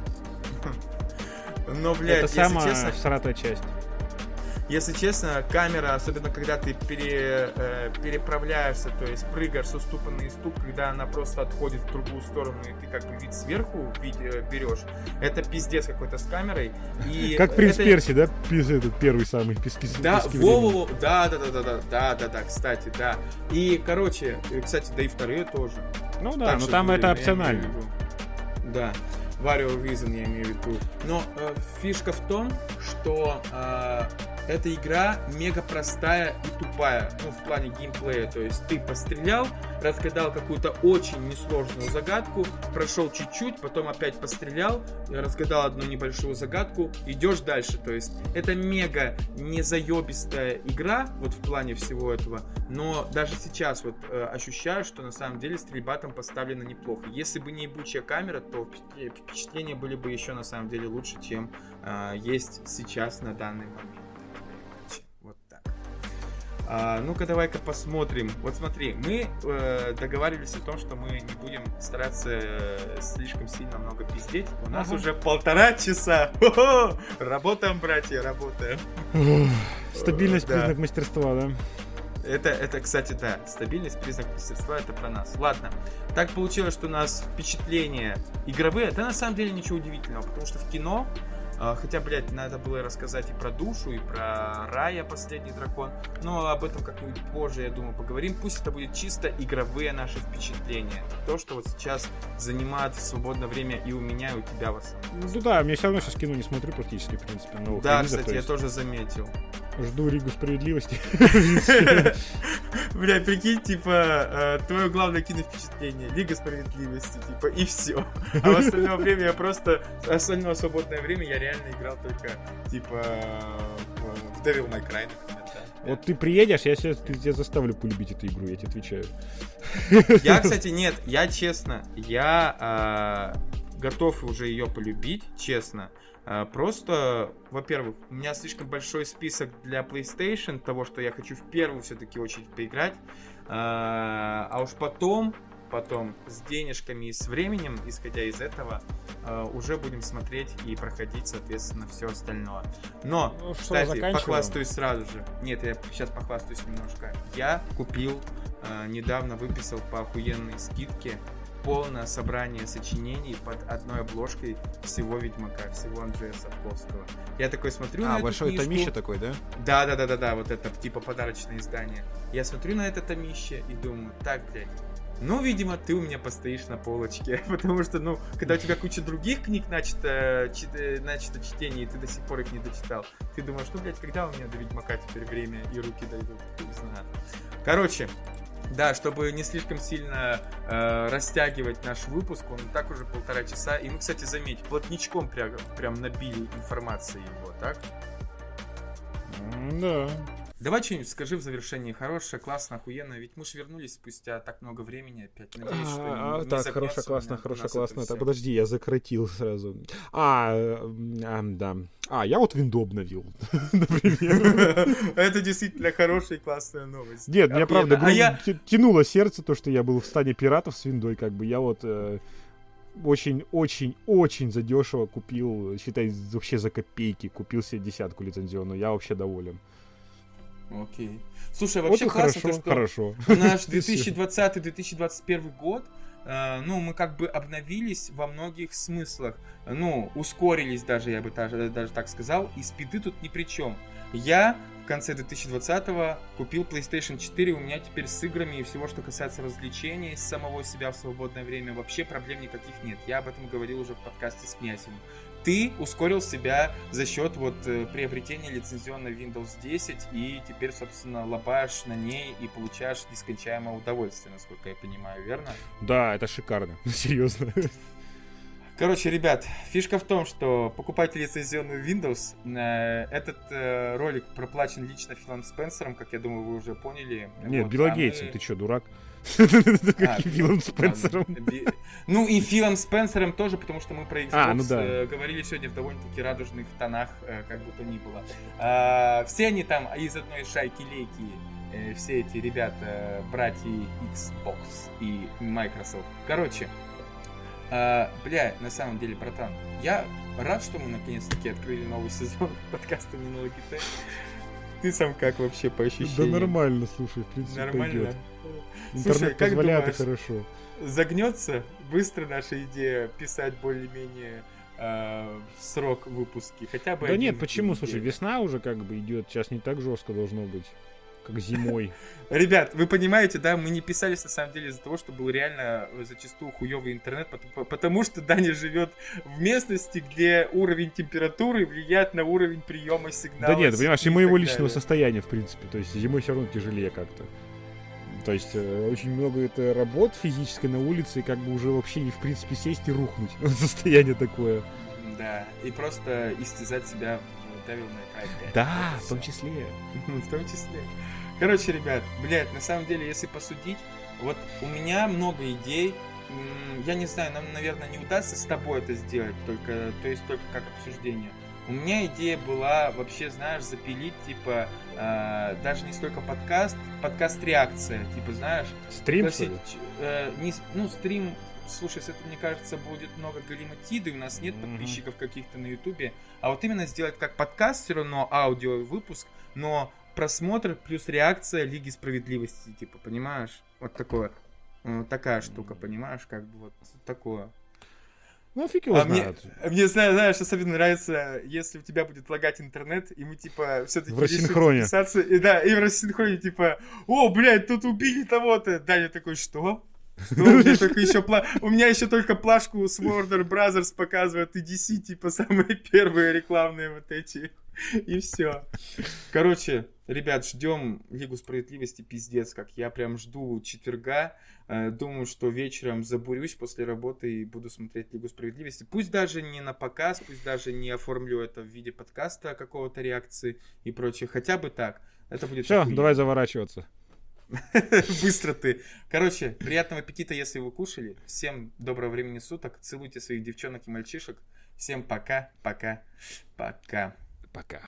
Но, блядь, это самая всратая часть. Если честно, камера, особенно когда ты пере, э, переправляешься, то есть прыгаешь с уступа на уступ, когда она просто отходит в другую сторону, и ты как бы вид сверху вид, э, берешь, это пиздец какой-то с камерой. И как принц это... Перси, да? Пиз, этот первый самый пис, пис, да, во-во-во, да, да, да, да, да, да, да, да, кстати, да. И, короче, кстати, да и вторые тоже. Ну да, но там это опционально. Да. Wario Reason я имею в виду. Но э, фишка в том, что э, эта игра мега простая и тупая, ну, в плане геймплея. То есть ты пострелял, разгадал какую-то очень несложную загадку, прошел чуть-чуть, потом опять пострелял, разгадал одну небольшую загадку, идешь дальше. То есть это мега незаебистая игра, вот в плане всего этого. Но даже сейчас вот э, ощущаю, что на самом деле стрельба там поставлена неплохо. Если бы не ебучая камера, то впечатления были бы еще на самом деле лучше, чем э, есть сейчас на данный момент. Вот так. А, ну-ка, давай-ка посмотрим. Вот смотри, мы э, договаривались о том, что мы не будем стараться э, слишком сильно много пиздеть. У нас ага. уже полтора часа. Хо-хо! Работаем, братья, работаем. Стабильность признак мастерства, да? Это, это, кстати, да, стабильность, признак мастерства, это про нас. Ладно, так получилось, что у нас впечатления игровые, это на самом деле ничего удивительного, потому что в кино, хотя, блядь, надо было рассказать и про душу, и про Рая, последний дракон, но об этом как-нибудь позже, я думаю, поговорим. Пусть это будет чисто игровые наши впечатления. То, что вот сейчас занимает свободное время и у меня, и у тебя, в основном. Ну да, я все равно сейчас кино не смотрю практически, в принципе. Да, кстати, то есть... я тоже заметил. Жду Лигу справедливости. Бля, прикинь, типа, твое главное киновпечатление, Лига справедливости, типа, и все. А в остальное время я просто, остальное свободное время я реально играл только, типа, в Devil May Cry, например, да. Вот ты приедешь, я тебя, тебя заставлю полюбить эту игру, я тебе отвечаю. Я, кстати, нет, я честно, я э, готов уже ее полюбить, честно. Э, просто, во-первых, у меня слишком большой список для PlayStation, того, что я хочу в первую все-таки очередь поиграть. Э, а уж потом, потом с денежками и с временем, исходя из этого, э, уже будем смотреть и проходить, соответственно, все остальное. Но, ну, что, кстати, похвастаюсь сразу же. Нет, я сейчас похвастаюсь немножко. Я купил, э, недавно выписал по охуенной скидке полное собрание сочинений под одной обложкой всего Ведьмака, всего Андрея Сапковского. Я такой смотрю а, на эту большое книжку. Томище такой, да? Да, да, да, да, да, вот это типа подарочное издание. Я смотрю на это Томище и думаю, так, блядь, ну, видимо, ты у меня постоишь на полочке, потому что, ну, когда у тебя куча других книг начато, чит, начато чтение, и ты до сих пор их не дочитал, ты думаешь, ну, блядь, когда у меня до Ведьмака теперь время и руки дойдут, не знаю. Короче, Да, чтобы не слишком сильно э, растягивать наш выпуск, он и так уже полтора часа. И мы, кстати, заметь, плотничком прям, прям набили информации его, так? Да. Давай что-нибудь скажи в завершении. Хорошее, классно, охуенно. Ведь мы же вернулись спустя так много времени опять. Надеюсь, что А, не, не так, загнется хорошо, классно, на- хорошо, нас классно. это Так, всё. подожди, я сократил сразу. А, э, а, да. А, я вот винду обновил, например. Это действительно хорошая и классная новость. Нет, меня правда Охуенно. А гру- я... т- тянуло сердце то, что я был в стане пиратов с виндой, как бы я вот э, очень-очень-очень задешево купил, считай, вообще за копейки, купил себе десятку лицензионную, я вообще доволен. Окей. Слушай, Вот вообще и классно, хорошо, то, что хорошо. наш две тысячи двадцатый - две тысячи двадцать первый год, э, ну, мы как бы обновились во многих смыслах. Ну, ускорились даже, я бы даже, даже так сказал, и спиды тут ни при чем. Я в конце две тысячи двадцатого купил PlayStation четыре, у меня теперь с играми и всего, что касается развлечений, самого себя в свободное время, вообще проблем никаких нет. Я об этом говорил уже в подкасте с Князем. Ты ускорил себя за счет вот э, приобретения лицензионной Windows десять, и теперь, собственно, лобаешь на ней и получаешь нескончаемое удовольствие, насколько я понимаю, верно? Да, это шикарно, серьезно. Короче, ребят, фишка в том, что покупайте лицензионную Windows. Э, Этот э, ролик проплачен лично Филом Спенсером, как я думаю, вы уже поняли. Нет, Вот, Билла а мы- Гейтсом, ты чё, дурак? А, Как и Филом Спенсером. ладно, би- Ну и Филом Спенсером тоже, потому что мы про Xbox А, ну да. э, говорили сегодня в довольно-таки радужных тонах, э, как бы то ни было. А, все они там из одной шайки-лейки, э, все эти ребята, братья Xbox и Microsoft. Короче, а, бля, на самом деле, братан, я рад, что мы наконец-таки открыли новый сезон подкаста «Не на Logitech». Ты сам как вообще по Да ощущениям? нормально, слушай, в принципе, Нормально? пойдет. Слушай, Интернет как позволяет, и думаешь, хорошо. загнется быстро наша идея писать более-менее э, в срок выпуски? Хотя бы Да один нет, в почему? неделю. Слушай, весна уже как бы идет, сейчас не так жестко должно быть, как зимой. Ребят, вы понимаете, да, мы не писались на самом деле из-за того, что был реально э, зачастую хуёвый интернет, потому, потому что Даня живет в местности, где уровень температуры влияет на уровень приема сигнала. Да нет, понимаешь, и сети моего так личного далее. состояния, в принципе. То есть зимой все равно тяжелее как-то. То есть э, очень много это работ физической на улице, и как бы уже вообще не в принципе сесть и рухнуть. Состояние такое. Да, и просто истязать себя в Devil May Cry пять. Да, Вот и в том всё. числе. В том числе. Короче, ребят, блядь, на самом деле, если посудить, вот у меня много идей. М, Я не знаю, нам, наверное, не удастся с тобой это сделать, только, то есть только как обсуждение. У меня идея была вообще, знаешь, запилить, типа, э, даже не столько подкаст, подкаст-реакция, типа, знаешь, Стрим, то что есть, ли? э, не с- ну, стрим, слушай, с этим, мне кажется, будет много галиматиды, у нас нет Мгм. подписчиков каких-то на ютубе, а вот именно сделать как подкаст, все равно аудио выпуск, но просмотр плюс реакция Лиги Справедливости, типа, понимаешь? Вот такое, вот такая штука, понимаешь, как бы вот такое. Ну, фиг его А мне, знает. мне, зна- знаешь, особенно нравится, если у тебя будет лагать интернет, и мы, типа, все-таки В рассинхроне. записаться, и да, и в рассинхроне, типа, о, блядь, тут убили того-то. Даня такой, что? Что? У меня только еще пла... У меня еще только плашку с Warner Brothers показывают, и ди си, типа, самые первые рекламные вот эти. И все. Короче, ребят, ждем Лигу Справедливости, пиздец, как я прям жду четверга. Э, Думаю, что вечером забурюсь после работы и буду смотреть Лигу Справедливости. Пусть даже не на показ, пусть даже не оформлю это в виде подкаста какого-то реакции и прочее. Хотя бы так. Это будет Все, охуенно. давай заворачиваться. Быстро ты. Короче, приятного аппетита, если вы кушали. Всем доброго времени суток. Целуйте своих девчонок и мальчишек. Всем пока, пока, пока. Пока.